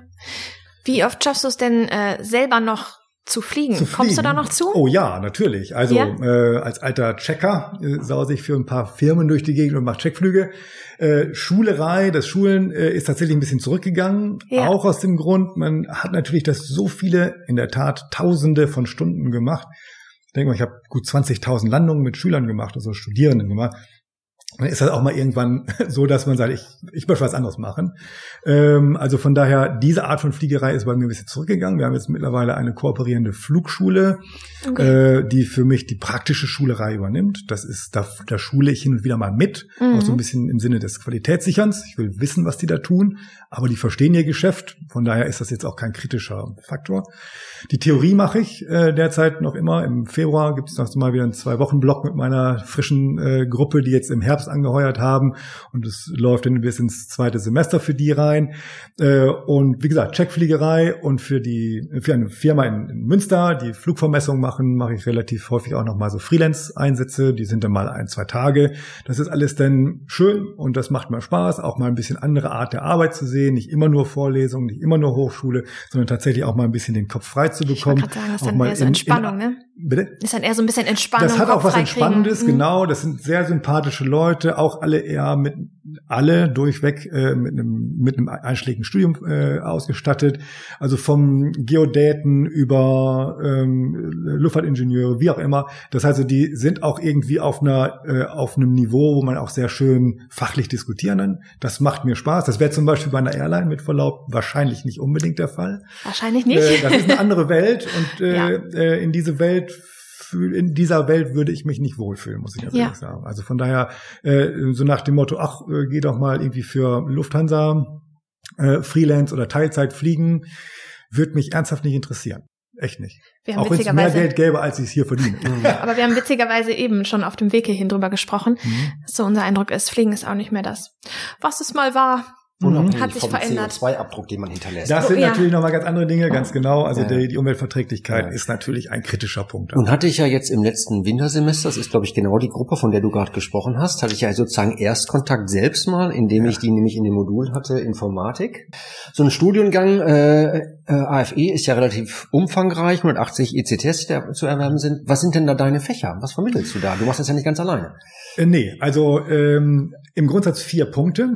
Speaker 1: Wie oft schaffst du es denn äh, selber noch zu fliegen?
Speaker 2: zu fliegen?
Speaker 1: Kommst du da noch zu?
Speaker 2: Oh ja, natürlich. Also
Speaker 1: ja?
Speaker 2: äh, als alter Checker äh, sause ich für ein paar Firmen durch die Gegend und mache Checkflüge. Äh, Schulerei, das Schulen äh, ist tatsächlich ein bisschen zurückgegangen, ja. Auch aus dem Grund, man hat natürlich das so viele, in der Tat Tausende von Stunden gemacht. Ich denke mal, ich habe gut zwanzigtausend Landungen mit Schülern gemacht, also Studierenden gemacht. Dann ist das auch mal irgendwann so, dass man sagt, ich, ich möchte was anderes machen. Ähm, also von daher, diese Art von Fliegerei ist bei mir ein bisschen zurückgegangen. Wir haben jetzt mittlerweile eine kooperierende Flugschule, okay. äh, die für mich die praktische Schulerei übernimmt. Das ist, da, da schule ich hin und wieder mal mit, mhm. auch so ein bisschen im Sinne des Qualitätssicherns. Ich will wissen, was die da tun, aber die verstehen ihr Geschäft. Von daher ist das jetzt auch kein kritischer Faktor. Die Theorie mache ich äh, derzeit noch immer. Im Februar gibt es noch mal wieder einen Zwei-Wochen-Block mit meiner frischen äh, Gruppe, die jetzt im Herbst angeheuert haben. Und es läuft dann bis ins zweite Semester für die rein. Äh, und wie gesagt, Checkfliegerei und für die für eine Firma in, in Münster, die Flugvermessung machen, mache ich relativ häufig auch noch mal so Freelance-Einsätze. Die sind dann mal ein, zwei Tage. Das ist alles dann schön und das macht mir Spaß, auch mal ein bisschen andere Art der Arbeit zu sehen. Nicht immer nur Vorlesungen, nicht immer nur Hochschule, sondern tatsächlich auch mal ein bisschen den Kopf frei zu bekommen.
Speaker 1: Ich wollte gerade sagen, das ist dann eher so Entspannung, in, in, ne?
Speaker 2: Bitte?
Speaker 1: Ist dann eher so ein bisschen Entspannung.
Speaker 2: Das hat auch was Entspannendes,
Speaker 1: mhm.
Speaker 2: genau. Das sind sehr sympathische Leute, auch alle eher mit, alle durchweg äh, mit einem mit einem einschlägigen Studium äh, ausgestattet. Also vom Geodäten über ähm, Luftfahrtingenieure, wie auch immer. Das heißt, also die sind auch irgendwie auf einer äh, auf einem Niveau, wo man auch sehr schön fachlich diskutieren kann. Das macht mir Spaß. Das wäre zum Beispiel bei einer Airline mit Verlaub wahrscheinlich nicht unbedingt der Fall.
Speaker 1: Wahrscheinlich nicht.
Speaker 2: Äh, das ist eine andere Welt und äh,
Speaker 1: ja.
Speaker 2: äh, in diese Welt in dieser Welt würde ich mich nicht wohlfühlen, muss ich ganz ehrlich ja. sagen. Also von daher, äh, so nach dem Motto, ach, äh, geh doch mal irgendwie für Lufthansa äh, Freelance oder Teilzeit fliegen, würde mich ernsthaft nicht interessieren. Echt nicht. Auch wenn es mehr Geld gäbe, als ich es hier verdiene.
Speaker 1: Aber wir haben witzigerweise eben schon auf dem Weg hierhin drüber gesprochen. Mhm. So unser Eindruck ist, Fliegen ist auch nicht mehr das, was es mal war.
Speaker 3: Unabhängig
Speaker 1: hat sich
Speaker 3: vom
Speaker 1: verändert.
Speaker 3: C O zwei Abdruck, den man hinterlässt.
Speaker 2: Das sind
Speaker 1: ja.
Speaker 2: natürlich nochmal ganz andere Dinge, ganz genau. Also
Speaker 3: ja.
Speaker 2: die, die Umweltverträglichkeit
Speaker 3: ja.
Speaker 2: ist natürlich ein kritischer Punkt.
Speaker 3: Nun hatte ich ja jetzt im letzten Wintersemester, das ist glaube ich genau die Gruppe, von der du gerade gesprochen hast, hatte ich ja sozusagen Erstkontakt selbst mal, indem ja. ich die nämlich in dem Modul hatte, Informatik. So ein Studiengang, äh, äh, A F E ist ja relativ umfangreich, hundertachtzig E C Ts, die zu erwerben sind. Was sind denn da deine Fächer? Was vermittelst du da? Du machst das ja nicht ganz alleine.
Speaker 2: Äh, nee, also ähm, im Grundsatz vier Punkte.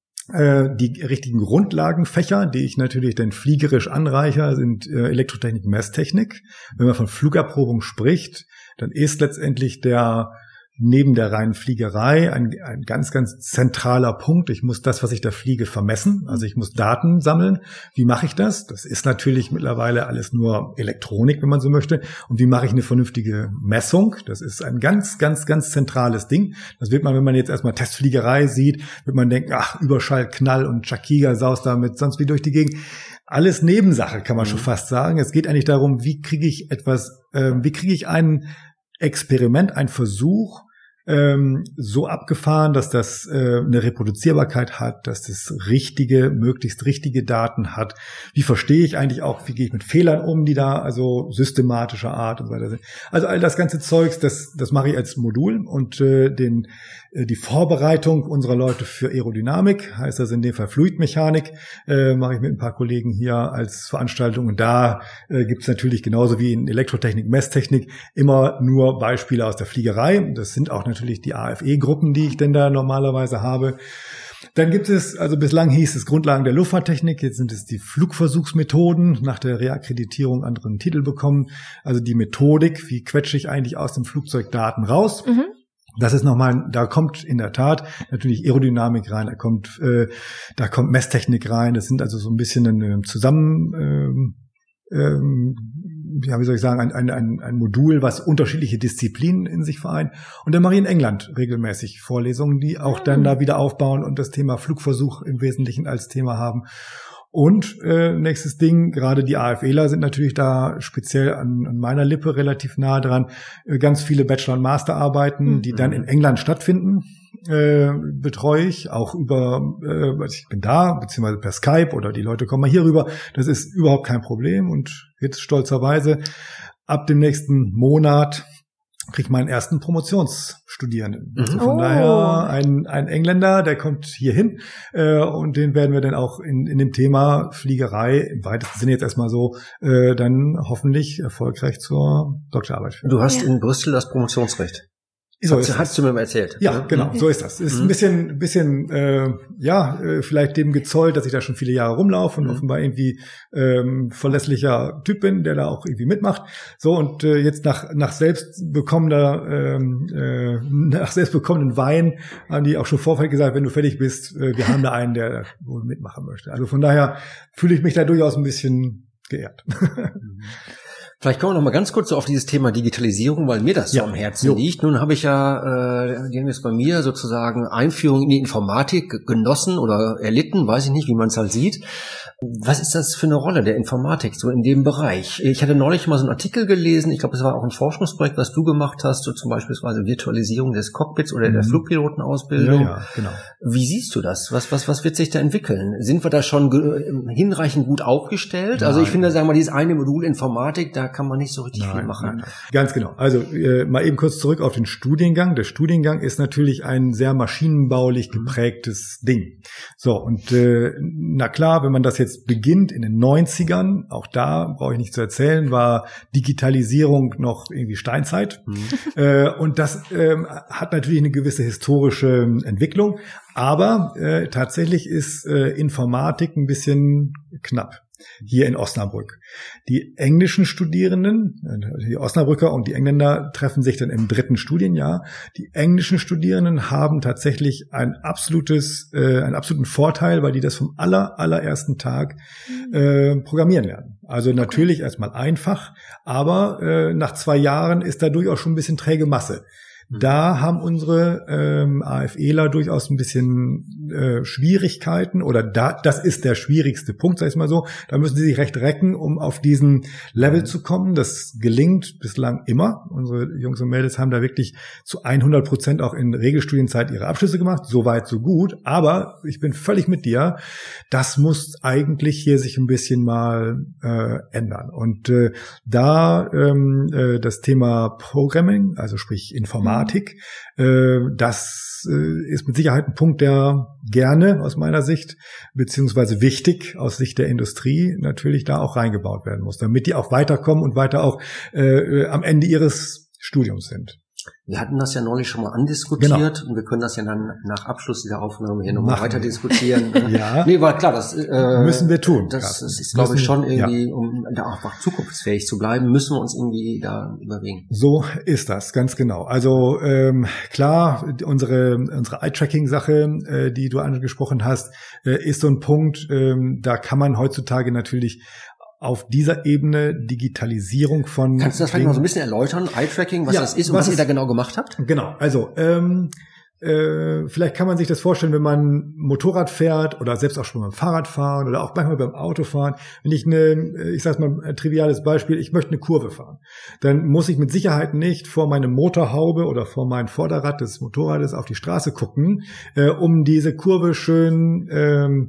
Speaker 2: Die richtigen Grundlagenfächer, die ich natürlich dann fliegerisch anreiche, sind äh, Elektrotechnik, Messtechnik. Wenn man von Flugabprobung spricht, dann ist letztendlich der neben der reinen Fliegerei ein, ein ganz, ganz zentraler Punkt. Ich muss das, was ich da fliege, vermessen. Also ich muss Daten sammeln. Wie mache ich das? Das ist natürlich mittlerweile alles nur Elektronik, wenn man so möchte. Und wie mache ich eine vernünftige Messung? Das ist ein ganz, ganz, ganz zentrales Ding. Das wird man, wenn man jetzt erstmal Testfliegerei sieht, wird man denken, ach, Überschall, Knall und Chakiga saust damit sonst wie durch die Gegend. Alles Nebensache, kann man mhm. schon fast sagen. Es geht eigentlich darum, wie kriege ich etwas, äh, wie kriege ich ein Experiment, ein Versuch ähm, so abgefahren, dass das äh, eine Reproduzierbarkeit hat, dass das richtige, möglichst richtige Daten hat. Wie verstehe ich eigentlich auch, wie gehe ich mit Fehlern um, die da also systematischer Art und so weiter sind. Also all das ganze Zeugs, das das mache ich als Modul und äh, den äh, die Vorbereitung unserer Leute für Aerodynamik, heißt das in dem Fall Fluidmechanik, äh, mache ich mit ein paar Kollegen hier als Veranstaltung und da äh, gibt es natürlich genauso wie in Elektrotechnik, Messtechnik immer nur Beispiele aus der Fliegerei. Das sind auch natürlich die A F E-Gruppen, die ich denn da normalerweise habe. Dann gibt es, also bislang hieß es Grundlagen der Luftfahrttechnik, jetzt sind es die Flugversuchsmethoden, nach der Reakkreditierung anderen Titel bekommen. Also die Methodik, wie quetsche ich eigentlich aus dem Flugzeug Daten raus. Mhm. Das ist nochmal, da kommt in der Tat natürlich Aerodynamik rein, da kommt, äh, da kommt Messtechnik rein. Das sind also so ein bisschen ein Zusammen, ähm, ähm, ja, wie soll ich sagen, ein, ein, ein, ein Modul, was unterschiedliche Disziplinen in sich vereint. Und dann mache ich in England regelmäßig Vorlesungen, die auch dann da wieder aufbauen und das Thema Flugversuch im Wesentlichen als Thema haben. Und äh, nächstes Ding, gerade die AFEler sind natürlich da speziell an, an meiner Lippe relativ nah dran. Äh, ganz viele Bachelor- und Masterarbeiten, mhm. die dann in England stattfinden, äh, betreue ich auch über, äh, ich bin da, beziehungsweise per Skype oder die Leute kommen mal hier rüber. Das ist überhaupt kein Problem und jetzt stolzerweise ab dem nächsten Monat kriege ich meinen ersten Promotionsstudierenden. Mhm. Also von oh. daher ein, ein Engländer, der kommt hier hin äh, und den werden wir dann auch in, in dem Thema Fliegerei im weitesten Sinne jetzt erstmal so äh, dann hoffentlich erfolgreich zur Doktorarbeit führen.
Speaker 3: Du hast ja. in Brüssel das Promotionsrecht.
Speaker 2: So
Speaker 3: hast, hast du mir mal erzählt.
Speaker 2: Ja, ne? Genau, so ist das. Ist mhm. ein bisschen, bisschen, äh, ja, äh, vielleicht dem gezollt, dass ich da schon viele Jahre rumlaufe und mhm. offenbar irgendwie ähm, verlässlicher Typ bin, der da auch irgendwie mitmacht. So und äh, jetzt nach nach selbstbekommener, ähm, äh, nach selbstbekommenen Wein haben die auch schon vorfeld gesagt, wenn du fertig bist, äh, wir haben da einen, der wohl mitmachen möchte. Also von daher fühle ich mich da durchaus ein bisschen geehrt. Mhm.
Speaker 3: Vielleicht kommen wir noch mal ganz kurz so auf dieses Thema Digitalisierung, weil mir das so ja. am Herzen jo. liegt. Nun habe ich ja, äh, die haben jetzt bei mir sozusagen Einführung in die Informatik genossen oder erlitten, weiß ich nicht, wie man es halt sieht. Was ist das für eine Rolle der Informatik so in dem Bereich? Ich hatte neulich mal so einen Artikel gelesen, ich glaube, es war auch ein Forschungsprojekt, was du gemacht hast, so zum Beispiel Virtualisierung des Cockpits oder mhm. der Flugpilotenausbildung.
Speaker 2: Ja, ja, genau.
Speaker 3: Wie siehst du das? Was, was, was wird sich da entwickeln? Sind wir da schon ge- hinreichend gut aufgestellt? Nein. Also ich finde, sagen wir mal, dieses eine Modul Informatik, da kann man nicht so richtig nein, viel machen. Nein, nein.
Speaker 2: Ganz genau. Also äh, mal eben kurz zurück auf den Studiengang. Der Studiengang ist natürlich ein sehr maschinenbaulich geprägtes mhm. Ding. So, und äh, na klar, wenn man das jetzt beginnt in den neunzigern, auch da brauche ich nicht zu erzählen, war Digitalisierung noch irgendwie Steinzeit. Mhm. Äh, und das äh, hat natürlich eine gewisse historische Entwicklung. Aber äh, tatsächlich ist äh, Informatik ein bisschen knapp hier in Osnabrück. Die englischen Studierenden, die Osnabrücker und die Engländer treffen sich dann im dritten Studienjahr. Die englischen Studierenden haben tatsächlich ein absolutes, äh, einen absoluten Vorteil, weil die das vom aller, allerersten Tag äh, programmieren lernen. Also natürlich erstmal einfach, aber äh, nach zwei Jahren ist da durchaus schon ein bisschen träge Masse. Da haben unsere ähm, AFEler durchaus ein bisschen äh, Schwierigkeiten oder da, das ist der schwierigste Punkt, sag ich mal so. Da müssen sie sich recht recken, um auf diesen Level zu kommen. Das gelingt bislang immer. Unsere Jungs und Mädels haben da wirklich zu hundert Prozent auch in Regelstudienzeit ihre Abschlüsse gemacht. So weit, so gut. Aber ich bin völlig mit dir. Das muss eigentlich hier sich ein bisschen mal äh, ändern. Und äh, da ähm, äh, das Thema Programming, also sprich Informatik, das ist mit Sicherheit ein Punkt, der gerne aus meiner Sicht, beziehungsweise wichtig aus Sicht der Industrie natürlich da auch reingebaut werden muss, damit die auch weiterkommen und weiter auch äh, am Ende ihres Studiums sind.
Speaker 3: Wir hatten das ja neulich schon mal andiskutiert
Speaker 2: genau.
Speaker 3: und wir können das ja dann nach Abschluss dieser Aufnahme hier nochmal weiter diskutieren.
Speaker 2: Ja.
Speaker 3: Nee, war klar, das äh,
Speaker 2: müssen wir tun.
Speaker 3: Das, das ist, glaube ich, schon irgendwie, ja. um da einfach zukunftsfähig zu bleiben, müssen wir uns irgendwie da überlegen.
Speaker 2: So ist das, ganz genau. Also ähm, klar, unsere unsere Eye-Tracking-Sache, äh, die du angesprochen hast, äh, ist so ein Punkt, ähm, da kann man heutzutage natürlich auf dieser Ebene Digitalisierung von...
Speaker 3: Kannst du das vielleicht mal so ein bisschen erläutern, Eye-Tracking, was ja, das ist und was, was ihr da genau gemacht habt?
Speaker 2: Genau, also ähm, äh, vielleicht kann man sich das vorstellen, wenn man Motorrad fährt oder selbst auch schon beim Fahrrad fahren oder auch manchmal beim Autofahren. Wenn ich eine, ich sage mal ein triviales Beispiel, ich möchte eine Kurve fahren, dann muss ich mit Sicherheit nicht vor meine Motorhaube oder vor mein Vorderrad des Motorrades auf die Straße gucken, äh, um diese Kurve schön... Ähm,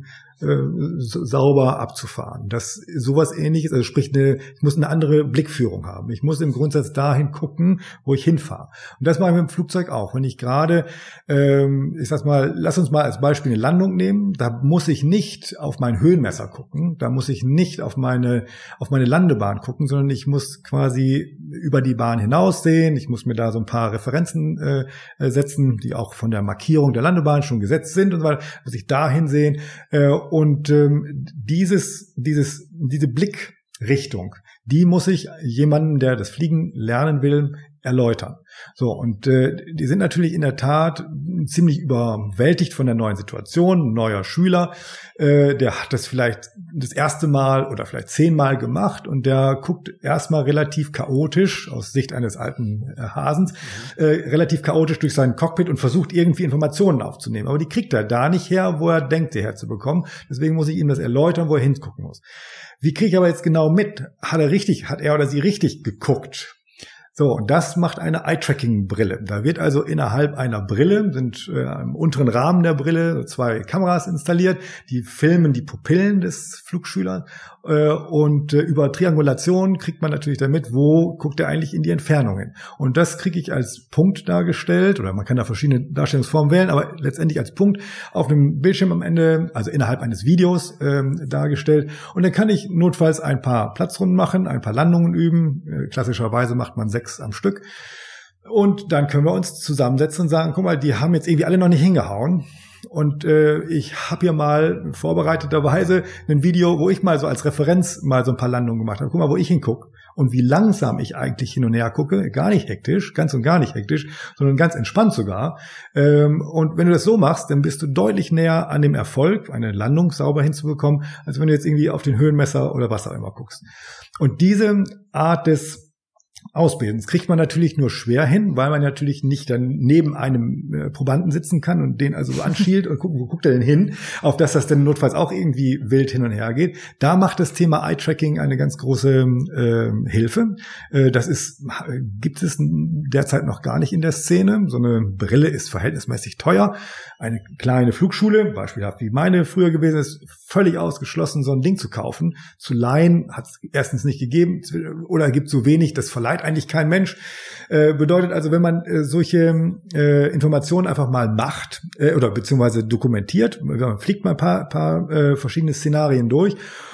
Speaker 2: sauber abzufahren. Das sowas Ähnliches, also sprich eine, ich muss eine andere Blickführung haben. Ich muss im Grundsatz dahin gucken, wo ich hinfahre. Und das mache ich mit dem Flugzeug auch. Wenn ich gerade, ähm, ich sag mal, lass uns mal als Beispiel eine Landung nehmen. Da muss ich nicht auf mein Höhenmesser gucken. Da muss ich nicht auf meine auf meine Landebahn gucken, sondern ich muss quasi über die Bahn hinaussehen. Ich muss mir da so ein paar Referenzen äh, setzen, die auch von der Markierung der Landebahn schon gesetzt sind und so weiter. Muss ich dahin sehen. Äh, Und ähm, dieses, dieses, diese Blickrichtung, die muss ich jemandem, der das Fliegen lernen will, erläutern. So, und äh, die sind natürlich in der Tat ziemlich überwältigt von der neuen Situation. Ein neuer Schüler, äh, der hat das vielleicht das erste Mal oder vielleicht zehnmal gemacht und der guckt erstmal relativ chaotisch, aus Sicht eines alten äh, Hasens, äh, relativ chaotisch durch sein Cockpit und versucht irgendwie Informationen aufzunehmen. Aber die kriegt er da nicht her, wo er denkt, sie herzubekommen. Deswegen muss ich ihm das erläutern, wo er hingucken muss. Wie kriege ich aber jetzt genau mit? Hat er richtig, hat er oder sie richtig geguckt? So, und das macht eine Eye-Tracking-Brille. Da wird also innerhalb einer Brille, sind äh, im unteren Rahmen der Brille zwei Kameras installiert, die filmen die Pupillen des Flugschülers äh, und äh, über Triangulation kriegt man natürlich damit, wo guckt er eigentlich in die Entfernung hin. Und das kriege ich als Punkt dargestellt, oder man kann da verschiedene Darstellungsformen wählen, aber letztendlich als Punkt auf einem Bildschirm am Ende, also innerhalb eines Videos ähm, dargestellt. Und dann kann ich notfalls ein paar Platzrunden machen, ein paar Landungen üben. Äh, klassischerweise macht man sechs am Stück. Und dann können wir uns zusammensetzen und sagen, guck mal, die haben jetzt irgendwie alle noch nicht hingehauen. Und äh, ich habe hier mal vorbereiteterweise ein Video, wo ich mal so als Referenz mal so ein paar Landungen gemacht habe. Guck mal, wo ich hingucke und wie langsam ich eigentlich hin und her gucke. Gar nicht hektisch, ganz und gar nicht hektisch, sondern ganz entspannt sogar. Ähm, und wenn du das so machst, dann bist du deutlich näher an dem Erfolg, eine Landung sauber hinzubekommen, als wenn du jetzt irgendwie auf den Höhenmesser oder was auch immer guckst. Und diese Art des Ausbilden. Das kriegt man natürlich nur schwer hin, weil man natürlich nicht dann neben einem äh, Probanden sitzen kann und den also so anschielt und gucken, wo guckt er denn hin, auf dass das dann notfalls auch irgendwie wild hin und her geht. Da macht das Thema Eye-Tracking eine ganz große äh, Hilfe. Äh, das ist, gibt es derzeit noch gar nicht in der Szene. So eine Brille ist verhältnismäßig teuer. Eine kleine Flugschule, beispielhaft wie meine früher gewesen ist, völlig ausgeschlossen, so ein Ding zu kaufen. Zu leihen hat es erstens nicht gegeben oder gibt so wenig, das verleiht eigentlich kein Mensch. Äh, bedeutet also, wenn man äh, solche äh, Informationen einfach mal macht äh, oder beziehungsweise dokumentiert, man fliegt mal ein paar, paar äh, verschiedene Szenarien durch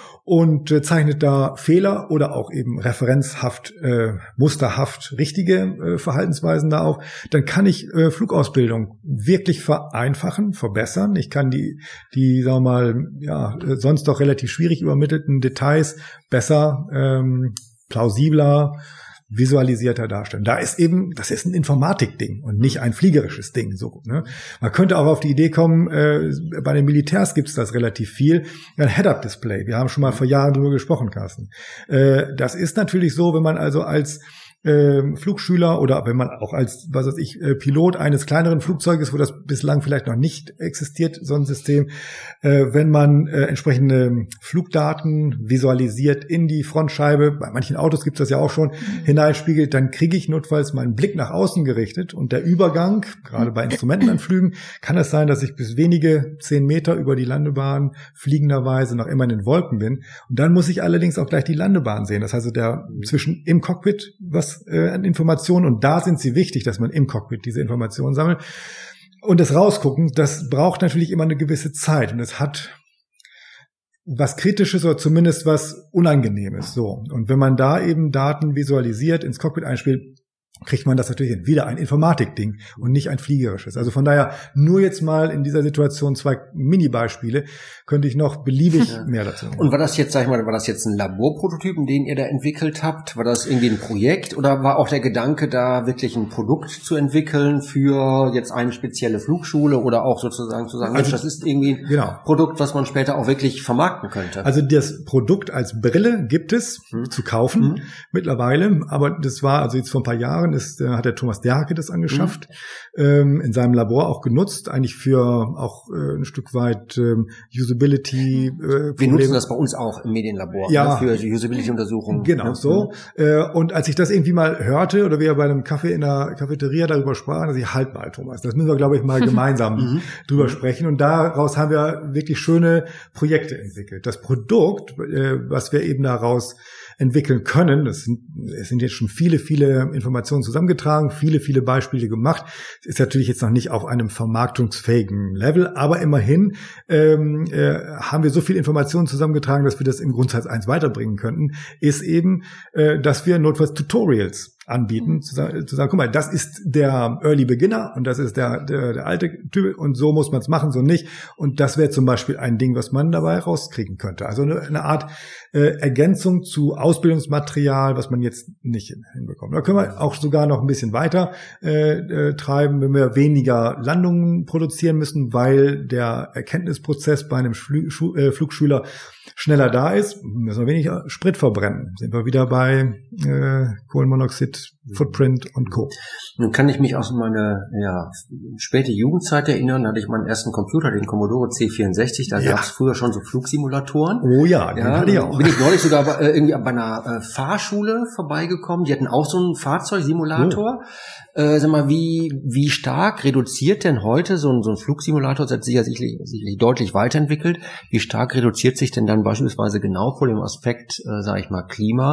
Speaker 2: und äh, zeichnet da Fehler oder auch eben referenzhaft, äh, musterhaft richtige äh, Verhaltensweisen da auf, dann kann ich äh, Flugausbildung wirklich vereinfachen, verbessern. Ich kann die, die sagen wir mal, ja, sonst doch relativ schwierig übermittelten Details besser, ähm, plausibler, visualisierter darstellen. Da ist eben, das ist ein Informatikding und nicht ein fliegerisches Ding. So, ne? Man könnte auch auf die Idee kommen, äh, bei den Militärs gibt es das relativ viel, ein Head-Up-Display. Wir haben schon mal vor Jahren darüber gesprochen, Carsten. Äh, das ist natürlich so, wenn man also als äh, Flugschüler oder wenn man auch als, was weiß ich, äh, Pilot eines kleineren Flugzeuges, wo das bislang vielleicht noch nicht existiert, so ein System, äh, wenn man äh, entsprechende Flugdaten visualisiert in die Frontscheibe, bei manchen Autos gibt es das ja auch schon, mhm. hineinspiegelt, dann kriege ich notfalls meinen Blick nach außen gerichtet und der Übergang, gerade bei Instrumentenanflügen, kann es sein, dass ich bis wenige zehn Meter über die Landebahn fliegenderweise noch immer in den Wolken bin und dann muss ich allerdings auch gleich die Landebahn sehen, das heißt also der zwischen im Cockpit, was an Informationen und da sind sie wichtig, dass man im Cockpit diese Informationen sammelt. Und das Rausgucken, das braucht natürlich immer eine gewisse Zeit und es hat was Kritisches oder zumindest was Unangenehmes. So. Und wenn man da eben Daten visualisiert, ins Cockpit einspielt, kriegt man das natürlich hin. Wieder ein Informatikding und nicht ein fliegerisches. Also von daher nur jetzt mal in dieser Situation zwei Mini-Beispiele, könnte ich noch beliebig ja. mehr dazu sagen.
Speaker 3: Und war das jetzt, sag ich mal, war das jetzt ein Laborprototypen, den ihr da entwickelt habt? War das irgendwie ein Projekt oder war auch der Gedanke, da wirklich ein Produkt zu entwickeln für jetzt eine spezielle Flugschule oder auch sozusagen zu sagen, also, Mensch, das ist irgendwie ein genau. Produkt, was man später auch wirklich vermarkten könnte?
Speaker 2: Also das Produkt als Brille gibt es hm. zu kaufen hm. mittlerweile, aber das war also jetzt vor ein paar Jahren ist, äh, hat der Thomas Derke das angeschafft, mhm. ähm, in seinem Labor auch genutzt, eigentlich für auch äh, ein Stück weit ähm, Usability. Äh,
Speaker 3: Wir nutzen das bei uns auch im Medienlabor,
Speaker 2: ja,
Speaker 3: ne, für Usability-Untersuchungen.
Speaker 2: Genau, ja. so. Äh, und als ich das irgendwie mal hörte oder wir bei einem Kaffee in der Cafeteria darüber sprachen, also ich halt mal, Thomas, das müssen wir, glaube ich, mal gemeinsam mhm. drüber sprechen. Und daraus haben wir wirklich schöne Projekte entwickelt. Das Produkt, äh, was wir eben daraus entwickeln können. Das sind, es sind jetzt schon viele, viele Informationen zusammengetragen, viele, viele Beispiele gemacht. Ist natürlich jetzt noch nicht auf einem vermarktungsfähigen Level, aber immerhin ähm, äh, haben wir so viel Informationen zusammengetragen, dass wir das im Grundsatz eins weiterbringen könnten, ist eben, äh, dass wir notfalls Tutorials anbieten, zu sagen, zu sagen, guck mal, das ist der Early Beginner und das ist der der, der alte Typ und so muss man es machen, so nicht. Und das wäre zum Beispiel ein Ding, was man dabei rauskriegen könnte. Also eine, eine Art äh, Ergänzung zu Ausbildungsmaterial, was man jetzt nicht hinbekommt. Da können wir auch sogar noch ein bisschen weiter äh, äh, treiben, wenn wir weniger Landungen produzieren müssen, weil der Erkenntnisprozess bei einem Schlu- Schu- äh, Flugschüler schneller da ist, müssen wir weniger Sprit verbrennen. Sind wir wieder bei äh, Kohlenmonoxid Cockpit-Footprint und Co.
Speaker 3: Nun kann ich mich aus meiner ja, späte Jugendzeit erinnern, da hatte ich meinen ersten Computer, den Commodore C vierundsechzig, da
Speaker 2: ja.
Speaker 3: gab es früher schon so Flugsimulatoren.
Speaker 2: Oh ja, den
Speaker 3: ja,
Speaker 2: hatte ich auch.
Speaker 3: Bin ich neulich sogar bei, äh, irgendwie bei einer äh, Fahrschule vorbeigekommen, die hatten auch so einen Fahrzeugsimulator. Oh. Äh, sag mal, wie wie stark reduziert denn heute so ein, so ein Flugsimulator, das hat sich ja sicherlich, sicherlich deutlich weiterentwickelt, wie stark reduziert sich denn dann beispielsweise genau vor dem Aspekt, äh, sage ich mal,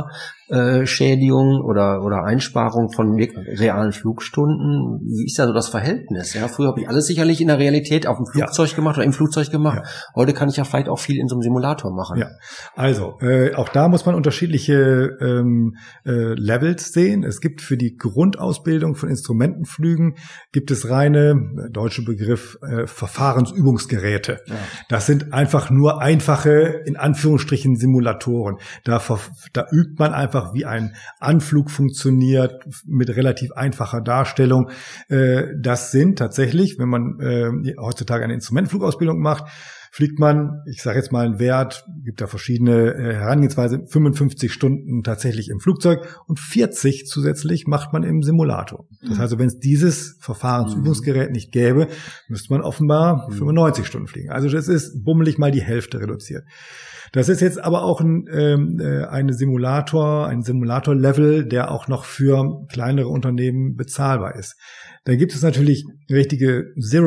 Speaker 3: Klimaschädigung oder oder Einsparung von realen Flugstunden? Wie ist da so das Verhältnis? Ja, früher habe ich alles sicherlich in der Realität auf dem Flugzeug ja. gemacht oder im Flugzeug gemacht. Ja. Heute kann ich ja vielleicht auch viel in so einem Simulator machen.
Speaker 2: Ja, also äh, auch da muss man unterschiedliche ähm, äh, Levels sehen. Es gibt für die Grundausbildung von Instrumentenflügen gibt es reine, äh, deutsche Begriff, äh, Verfahrensübungsgeräte. Ja. Das sind einfach nur einfache, in Anführungsstrichen, Simulatoren. Da, da übt man einfach, wie ein Anflug funktioniert, mit relativ einfacher Darstellung. Äh, das sind tatsächlich, wenn man äh, heutzutage eine Instrumentenflugausbildung macht, fliegt man, ich sage jetzt mal einen Wert, gibt da verschiedene äh, Herangehensweise, fünfundfünfzig Stunden tatsächlich im Flugzeug und vierzig zusätzlich macht man im Simulator. Das heißt, also, wenn es dieses Verfahrensübungsgerät nicht gäbe, müsste man offenbar fünfundneunzig Stunden fliegen. Also das ist bummelig mal die Hälfte reduziert. Das ist jetzt aber auch ein ähm, eine Simulator, ein Simulator-Level, der auch noch für kleinere Unternehmen bezahlbar ist. Da gibt es natürlich richtige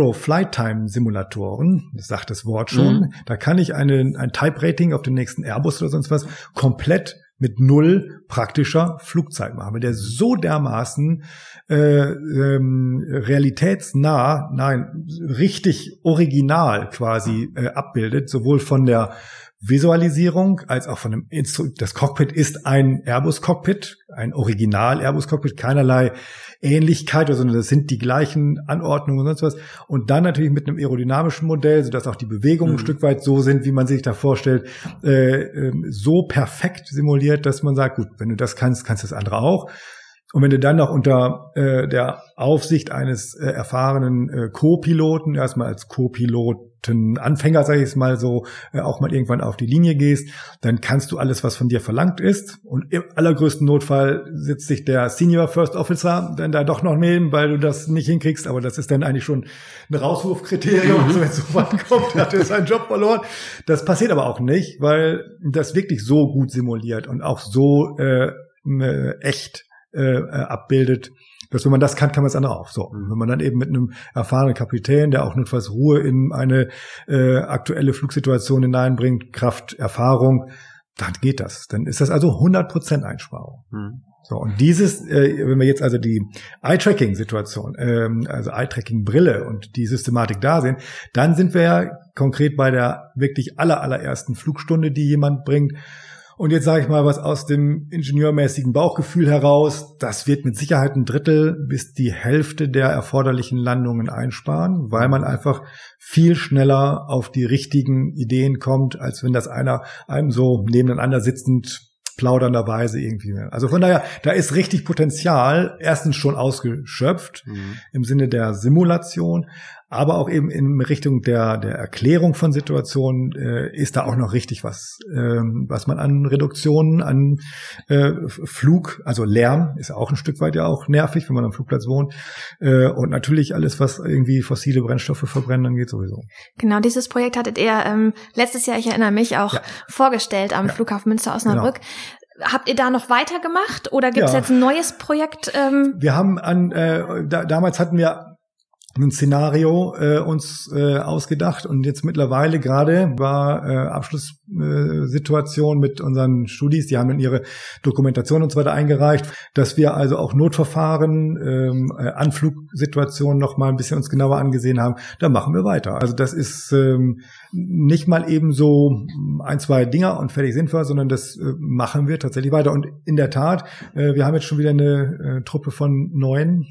Speaker 2: Zero-Flight-Time-Simulatoren, das sagt das Wort schon. Mhm. Da kann ich eine, ein Type-Rating auf den nächsten Airbus oder sonst was komplett mit null praktischer Flugzeit machen, weil der so dermaßen äh, ähm, realitätsnah, nein, richtig original quasi äh, abbildet, sowohl von der Visualisierung als auch von dem Instru- das Cockpit ist ein Airbus-Cockpit, ein Original-Airbus-Cockpit, keinerlei Ähnlichkeit, sondern das sind die gleichen Anordnungen und sonst was. Und dann natürlich mit einem aerodynamischen Modell, sodass auch die Bewegungen mhm. ein Stück weit so sind, wie man sich da vorstellt, äh, äh, so perfekt simuliert, dass man sagt, gut, wenn du das kannst, kannst du das andere auch. Und wenn du dann noch unter äh, der Aufsicht eines äh, erfahrenen äh, Co-Piloten, erstmal als Co-Piloten-Anfänger, sage ich es mal so, äh, auch mal irgendwann auf die Linie gehst, dann kannst du alles, was von dir verlangt ist. Und im allergrößten Notfall sitzt sich der Senior First Officer dann da doch noch neben, weil du das nicht hinkriegst. Aber das ist dann eigentlich schon ein Rauswurfkriterium. Mhm. Also wenn es so weit kommt, hat er seinen Job verloren. Das passiert aber auch nicht, weil das wirklich so gut simuliert und auch so äh, äh, echt Äh, abbildet, dass wenn man das kann, kann man es andere auch. So, und wenn man dann eben mit einem erfahrenen Kapitän, der auch notfalls Ruhe in eine äh, aktuelle Flugsituation hineinbringt, Kraft, Erfahrung, dann geht das. Dann ist das also hundert Prozent Einsparung. Mhm. So, und dieses, äh, wenn wir jetzt also die Eye-Tracking-Situation, ähm, also Eye-Tracking-Brille und die Systematik da sehen, dann sind wir ja konkret bei der wirklich aller, allerersten Flugstunde, die jemand bringt. Und jetzt sage ich mal was aus dem ingenieurmäßigen Bauchgefühl heraus. Das wird mit Sicherheit ein Drittel bis die Hälfte der erforderlichen Landungen einsparen, weil man einfach viel schneller auf die richtigen Ideen kommt, als wenn das einer einem so nebeneinander sitzend plaudernderweise irgendwie. Also von daher, da ist richtig Potenzial, erstens schon ausgeschöpft mhm. im Sinne der Simulation, aber auch eben in Richtung der der Erklärung von Situationen äh, ist da auch noch richtig was, ähm, was man an Reduktionen, an äh, Flug, also Lärm ist auch ein Stück weit ja auch nervig, wenn man am Flugplatz wohnt äh, und natürlich alles, was irgendwie fossile Brennstoffe verbrennen, dann geht sowieso.
Speaker 1: Genau, dieses Projekt hattet ihr ähm, letztes Jahr, ich erinnere mich, auch ja. vorgestellt am ja. Flughafen Münster-Osnabrück. Genau. Habt ihr da noch weitergemacht oder gibt es ja. jetzt ein neues Projekt? Ähm?
Speaker 2: Wir haben an, äh, da, damals hatten wir ein Szenario äh, uns äh, ausgedacht und jetzt mittlerweile gerade war äh, Abschlusssituation äh, mit unseren Studis, die haben dann ihre Dokumentation und so weiter eingereicht, dass wir also auch Notverfahren, ähm, äh, Anflugsituationen noch mal ein bisschen uns genauer angesehen haben. Da machen wir weiter. Also das ist ähm, nicht mal eben so ein, zwei Dinger und fertig sind wir, sondern das äh, machen wir tatsächlich weiter. Und in der Tat, äh, wir haben jetzt schon wieder eine äh, Truppe von neun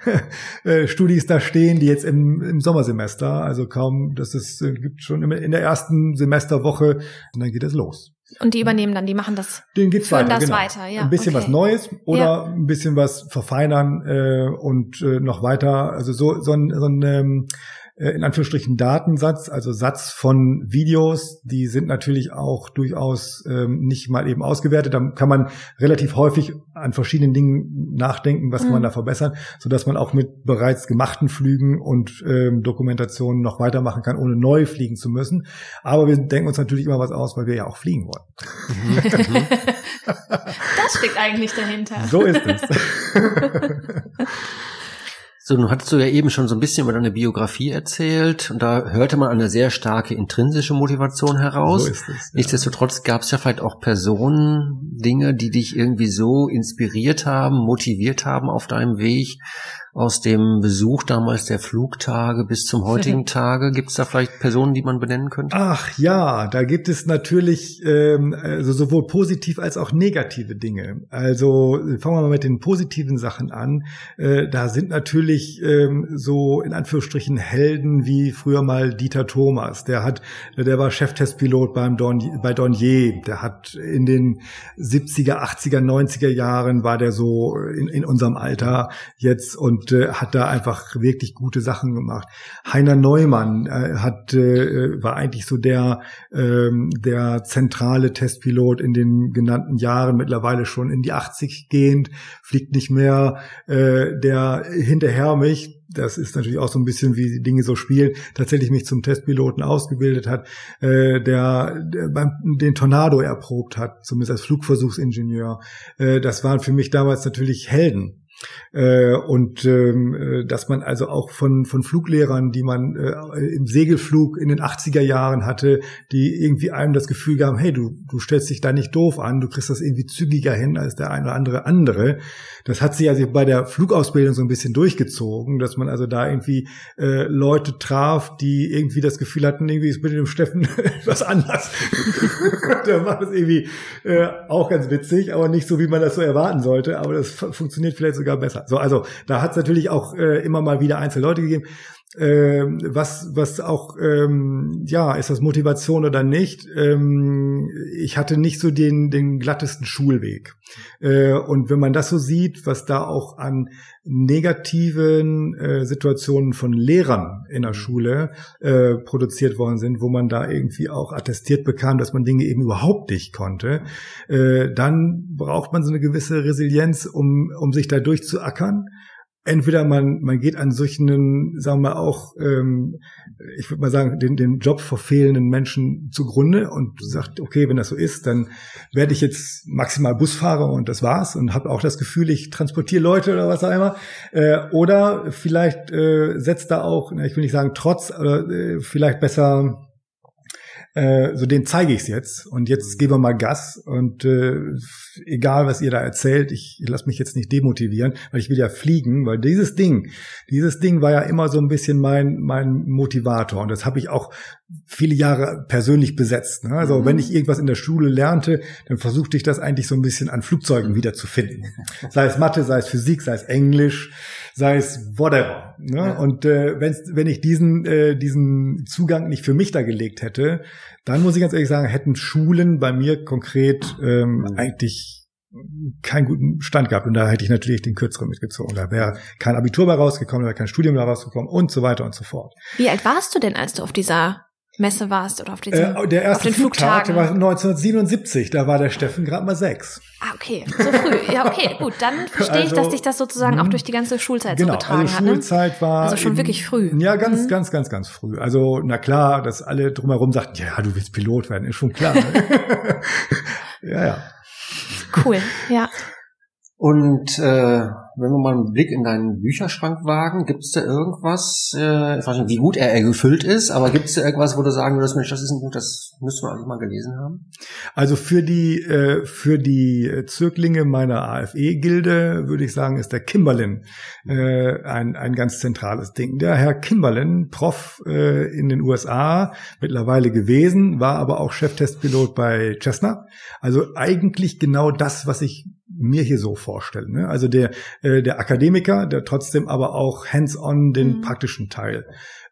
Speaker 2: äh, Studis da stehen, die jetzt im, im Sommersemester, also kaum, dass es äh, gibt schon in, in der ersten Semesterwoche und dann geht es los.
Speaker 1: Und die übernehmen dann, die machen das,
Speaker 2: den geht's weiter,
Speaker 1: das
Speaker 2: genau.
Speaker 1: weiter, ja.
Speaker 2: Ein bisschen
Speaker 1: okay.
Speaker 2: was Neues oder
Speaker 1: ja.
Speaker 2: ein bisschen was verfeinern äh, und äh, noch weiter, also so so ein, so ein ähm, äh, in Anführungsstrichen Datensatz, also Satz von Videos, die sind natürlich auch durchaus ähm, nicht mal eben ausgewertet. Da kann man relativ häufig an verschiedenen Dingen nachdenken, was mhm. man da verbessern, sodass man auch mit bereits gemachten Flügen und ähm, Dokumentationen noch weitermachen kann, ohne neu fliegen zu müssen. Aber wir denken uns natürlich immer was aus, weil wir ja auch fliegen wollen.
Speaker 1: Das steckt eigentlich dahinter.
Speaker 2: So ist es.
Speaker 3: So, nun hattest du ja eben schon so ein bisschen über deine Biografie erzählt und da hörte man eine sehr starke intrinsische Motivation heraus.
Speaker 2: So ist es, ja.
Speaker 3: Nichtsdestotrotz gab es ja vielleicht auch Personen, Dinge, die dich irgendwie so inspiriert haben, motiviert haben auf deinem Weg aus dem Besuch damals der Flugtage bis zum heutigen Tage. Gibt es da vielleicht Personen, die man benennen könnte?
Speaker 2: Ach ja, da gibt es natürlich ähm, also sowohl positiv als auch negative Dinge. Also fangen wir mal mit den positiven Sachen an. Äh, da sind natürlich ähm, so in Anführungsstrichen Helden wie früher mal Dieter Thomas. Der hat, der war Cheftestpilot beim Dorn, bei Dornier. Der hat in den siebziger, achtziger, neunziger Jahren war der so in, in unserem Alter jetzt und hat da einfach wirklich gute Sachen gemacht. Heiner Neumann äh, hat äh, war eigentlich so der ähm, der zentrale Testpilot in den genannten Jahren, mittlerweile schon in die achtzig gehend, fliegt nicht mehr. Äh, der hinterher mich, das ist natürlich auch so ein bisschen, wie die Dinge so spielen, tatsächlich mich zum Testpiloten ausgebildet hat, äh, der, der beim, den Tornado erprobt hat, zumindest als Flugversuchsingenieur. Äh, das waren für mich damals natürlich Helden. Äh, und ähm, dass man also auch von von Fluglehrern, die man äh, im Segelflug in den achtziger Jahren hatte, die irgendwie einem das Gefühl gaben, hey, du du stellst dich da nicht doof an, du kriegst das irgendwie zügiger hin als der eine oder andere andere. Das hat sich also bei der Flugausbildung so ein bisschen durchgezogen, dass man also da irgendwie äh, Leute traf, die irgendwie das Gefühl hatten, irgendwie ist mit dem Steffen etwas anders. Der macht das irgendwie äh, auch ganz witzig, aber nicht so, wie man das so erwarten sollte, aber das f- funktioniert vielleicht sogar besser. So, also da hat es natürlich auch äh, immer mal wieder einzelne Leute gegeben. Ähm, was was auch ähm, ja, ist das Motivation oder nicht? Ähm, ich hatte nicht so den den glattesten Schulweg. Äh, und wenn man das so sieht, was da auch an negativen äh, Situationen von Lehrern in der Schule äh, produziert worden sind, wo man da irgendwie auch attestiert bekam, dass man Dinge eben überhaupt nicht konnte, äh, dann braucht man so eine gewisse Resilienz, um um sich da durchzuackern. Entweder man man geht an solchen, sagen wir auch, ähm, ich würde mal sagen, den den Job verfehlenden Menschen zugrunde und sagt, okay, wenn das so ist, dann werde ich jetzt maximal Busfahrer und das war's und habe auch das Gefühl, ich transportiere Leute oder was auch immer. Äh, oder vielleicht äh, setzt da auch, ich will nicht sagen Trotz, oder äh, vielleicht besser, so den zeige ich es jetzt und jetzt geben wir mal Gas und äh, egal, was ihr da erzählt, ich, ich lasse mich jetzt nicht demotivieren, weil ich will ja fliegen, weil dieses Ding, dieses Ding war ja immer so ein bisschen mein mein Motivator und das habe ich auch viele Jahre persönlich besetzt. Ne? Also mhm. wenn ich irgendwas in der Schule lernte, dann versuchte ich das eigentlich so ein bisschen an Flugzeugen wiederzufinden. Sei es Mathe, sei es Physik, sei es Englisch, sei es whatever. Ne? Ja. Und äh, wenn wenn ich diesen äh, diesen Zugang nicht für mich da gelegt hätte, dann muss ich ganz ehrlich sagen, hätten Schulen bei mir konkret ähm, mhm. eigentlich keinen guten Stand gehabt. Und da hätte ich natürlich den kürzeren mitgezogen. Da wäre kein Abitur mehr rausgekommen, da wäre kein Studium mehr rausgekommen und so weiter und so fort.
Speaker 1: Wie alt warst du denn, als du auf dieser Messe warst oder auf diesem
Speaker 2: äh, Der erste
Speaker 1: auf den
Speaker 2: Flugtag war neunzehnhundertsiebenundsiebzig, da war der Steffen gerade mal sechs.
Speaker 1: Ah, okay, so früh. Ja, okay, gut, dann verstehe ich, also, dass dich das sozusagen auch durch die ganze Schulzeit
Speaker 2: genau,
Speaker 1: so getragen
Speaker 2: also
Speaker 1: hat. Ne?
Speaker 2: Schulzeit war
Speaker 1: also schon
Speaker 2: eben,
Speaker 1: wirklich früh.
Speaker 2: Ja, ganz,
Speaker 1: mhm.
Speaker 2: ganz, ganz, ganz früh. Also na klar, dass alle drumherum sagten, ja, du willst Pilot werden, ist schon klar. Ne? ja, ja.
Speaker 1: Cool, ja.
Speaker 3: Und äh, wenn wir mal einen Blick in deinen Bücherschrank wagen, gibt es da irgendwas, äh, ich weiß nicht, wie gut er gefüllt ist, aber gibt es da irgendwas, wo du sagen würdest, Mensch, das ist ein Buch, das müssten wir eigentlich mal gelesen haben?
Speaker 2: Also für die äh, für die Zöglinge meiner A F E-Gilde würde ich sagen, ist der Kimberlin äh, ein ein ganz zentrales Ding. Der Herr Kimberlin, Prof äh, in den U S A mittlerweile gewesen, war aber auch Cheftestpilot bei Cessna. Also eigentlich genau das, was ich mir hier so vorstelle. Ne? Also der äh, der Akademiker, der trotzdem aber auch hands-on den mhm. praktischen Teil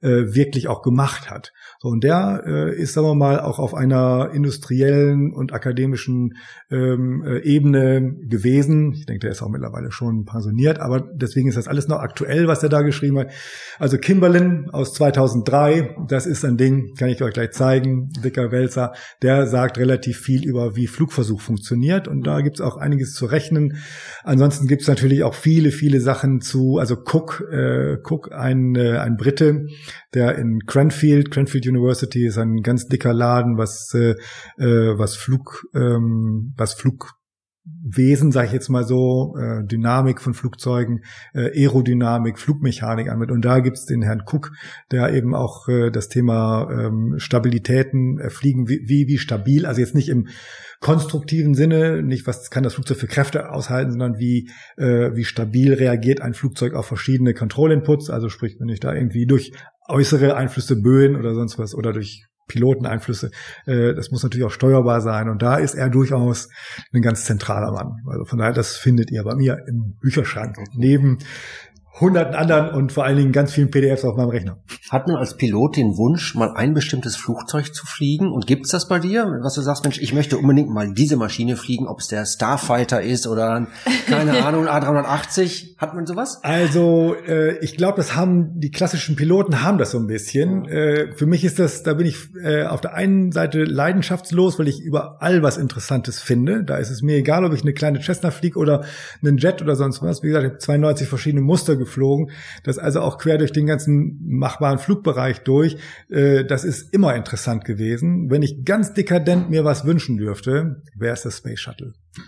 Speaker 2: äh, wirklich auch gemacht hat. So, und der äh, ist, sagen wir mal, auch auf einer industriellen und akademischen ähm, äh, Ebene gewesen. Ich denke, der ist auch mittlerweile schon pensioniert, aber deswegen ist das alles noch aktuell, was er da geschrieben hat. Also Kimberlin aus zweitausenddrei, das ist ein Ding, kann ich euch gleich zeigen, dicker Wälzer, der sagt relativ viel über, wie Flugversuch funktioniert, und da gibt's auch einiges zu rechnen. Ansonsten gibt's natürlich auch viele, viele Sachen zu, also Cook, äh, Cook, ein, äh, ein Brite, der in Cranfield, Cranfield University ist ein ganz dicker Laden, was, äh, was Flug, ähm, was Flugwesen, sage ich jetzt mal so, äh, Dynamik von Flugzeugen, äh, Aerodynamik, Flugmechanik angeht. Und da gibt's den Herrn Cook, der eben auch äh, das Thema ähm, Stabilitäten, äh, Fliegen, wie, wie, wie stabil, also jetzt nicht im konstruktiven Sinne, nicht was kann das Flugzeug für Kräfte aushalten, sondern wie äh, wie stabil reagiert ein Flugzeug auf verschiedene Control-Inputs, also sprich, wenn ich da irgendwie durch äußere Einflüsse, Böen oder sonst was oder durch Piloteneinflüsse, äh, das muss natürlich auch steuerbar sein, und da ist er durchaus ein ganz zentraler Mann. Also von daher, das findet ihr bei mir im Bücherschrank neben hunderten anderen und vor allen Dingen ganz vielen P D Fs auf meinem Rechner.
Speaker 3: Hat man als Pilot den Wunsch, mal ein bestimmtes Flugzeug zu fliegen? Und gibt's das bei dir? Was du sagst, Mensch, ich möchte unbedingt mal diese Maschine fliegen, ob es der Starfighter ist oder, keine Ahnung, A dreihundertachtzig. Hat man sowas?
Speaker 2: Also, äh, ich glaube, das haben die klassischen Piloten haben das so ein bisschen. Äh, für mich ist das, da bin ich äh, auf der einen Seite leidenschaftslos, weil ich überall was Interessantes finde. Da ist es mir egal, ob ich eine kleine Cessna fliege oder einen Jet oder sonst was. Wie gesagt, ich habe zweiundneunzig verschiedene Muster geflogen. Das also auch quer durch den ganzen machbaren Flugbereich durch. Äh, das ist immer interessant gewesen. Wenn ich ganz dekadent mir was wünschen dürfte, wäre es das Space Shuttle.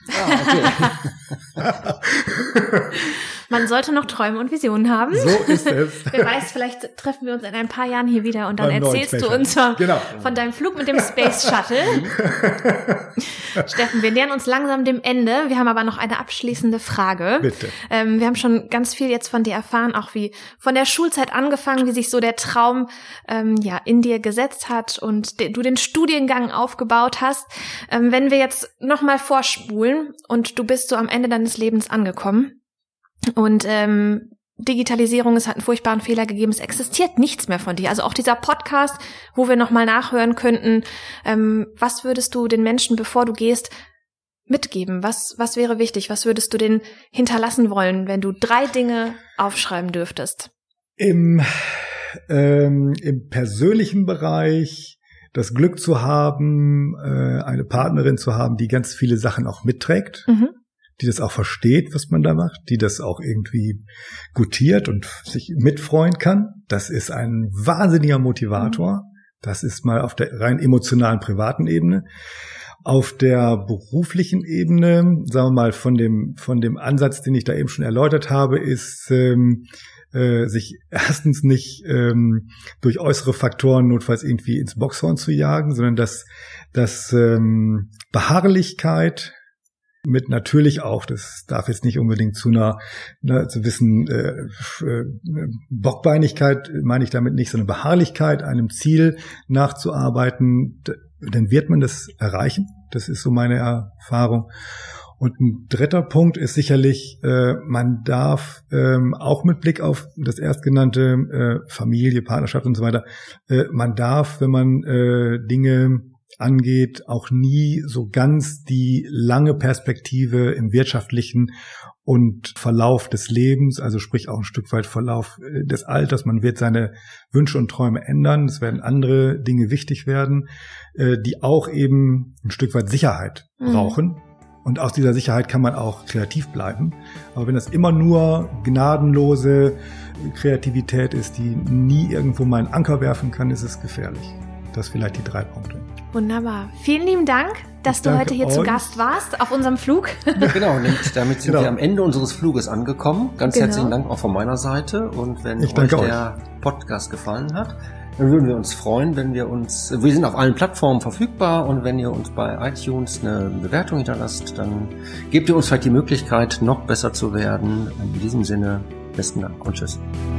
Speaker 3: Ah, okay.
Speaker 1: Man sollte noch Träume und Visionen haben.
Speaker 2: So ist es.
Speaker 1: Wer weiß, vielleicht treffen wir uns in ein paar Jahren hier wieder und dann
Speaker 2: Beim
Speaker 1: erzählst du uns von,
Speaker 2: genau.
Speaker 1: von deinem Flug mit dem Space Shuttle. Steffen, wir nähern uns langsam dem Ende. Wir haben aber noch eine abschließende Frage.
Speaker 2: Bitte.
Speaker 1: Ähm, wir haben schon ganz viel jetzt von dir erfahren, auch wie von der Schulzeit angefangen, wie sich so der Traum ähm, ja in dir gesetzt hat und de- du den Studiengang aufgebaut hast. Ähm, wenn wir jetzt nochmal vorspulen und du bist so am Ende deines Lebens angekommen, und ähm, Digitalisierung, es hat einen furchtbaren Fehler gegeben, es existiert nichts mehr von dir. Also auch dieser Podcast, wo wir nochmal nachhören könnten, ähm, was würdest du den Menschen, bevor du gehst, mitgeben? Was, was wäre wichtig? Was würdest du denen hinterlassen wollen, wenn du drei Dinge aufschreiben dürftest?
Speaker 2: Im, ähm, im persönlichen Bereich das Glück zu haben, äh, eine Partnerin zu haben, die ganz viele Sachen auch mitträgt. Mhm. Die das auch versteht, was man da macht, die das auch irgendwie gutiert und sich mitfreuen kann. Das ist ein wahnsinniger Motivator. Das ist mal auf der rein emotionalen, privaten Ebene. Auf der beruflichen Ebene, sagen wir mal, von dem von dem Ansatz, den ich da eben schon erläutert habe, ist ähm, äh, sich erstens nicht ähm, durch äußere Faktoren notfalls irgendwie ins Boxhorn zu jagen, sondern dass, dass ähm, Beharrlichkeit mit natürlich auch, das darf jetzt nicht unbedingt zu einer, ne, zu wissen, äh, äh, Bockbeinigkeit meine ich damit nicht, sondern Beharrlichkeit, einem Ziel nachzuarbeiten, dann wird man das erreichen. Das ist so meine Erfahrung. Und ein dritter Punkt ist sicherlich, äh, man darf ähm, auch mit Blick auf das erstgenannte äh, Familie, Partnerschaft und so weiter, äh, man darf, wenn man äh, Dinge angeht, auch nie so ganz die lange Perspektive im wirtschaftlichen und Verlauf des Lebens, also sprich auch ein Stück weit Verlauf des Alters. Man wird seine Wünsche und Träume ändern. Es werden andere Dinge wichtig werden, die auch eben ein Stück weit Sicherheit mhm. brauchen. Und aus dieser Sicherheit kann man auch kreativ bleiben. Aber wenn das immer nur gnadenlose Kreativität ist, die nie irgendwo mal einen Anker werfen kann, ist es gefährlich. Das vielleicht die drei Punkte.
Speaker 1: Wunderbar. Vielen lieben Dank, dass ich du heute hier euch. zu Gast warst auf unserem Flug.
Speaker 3: Genau, damit sind genau. wir am Ende unseres Fluges angekommen. Ganz genau. herzlichen Dank auch von meiner Seite. Und wenn
Speaker 2: ich
Speaker 3: euch der
Speaker 2: euch.
Speaker 3: Podcast gefallen hat, dann würden wir uns freuen, wenn wir uns, wir sind auf allen Plattformen verfügbar, und wenn ihr uns bei iTunes eine Bewertung hinterlasst, dann gebt ihr uns vielleicht die Möglichkeit, noch besser zu werden. In diesem Sinne, besten Dank und tschüss.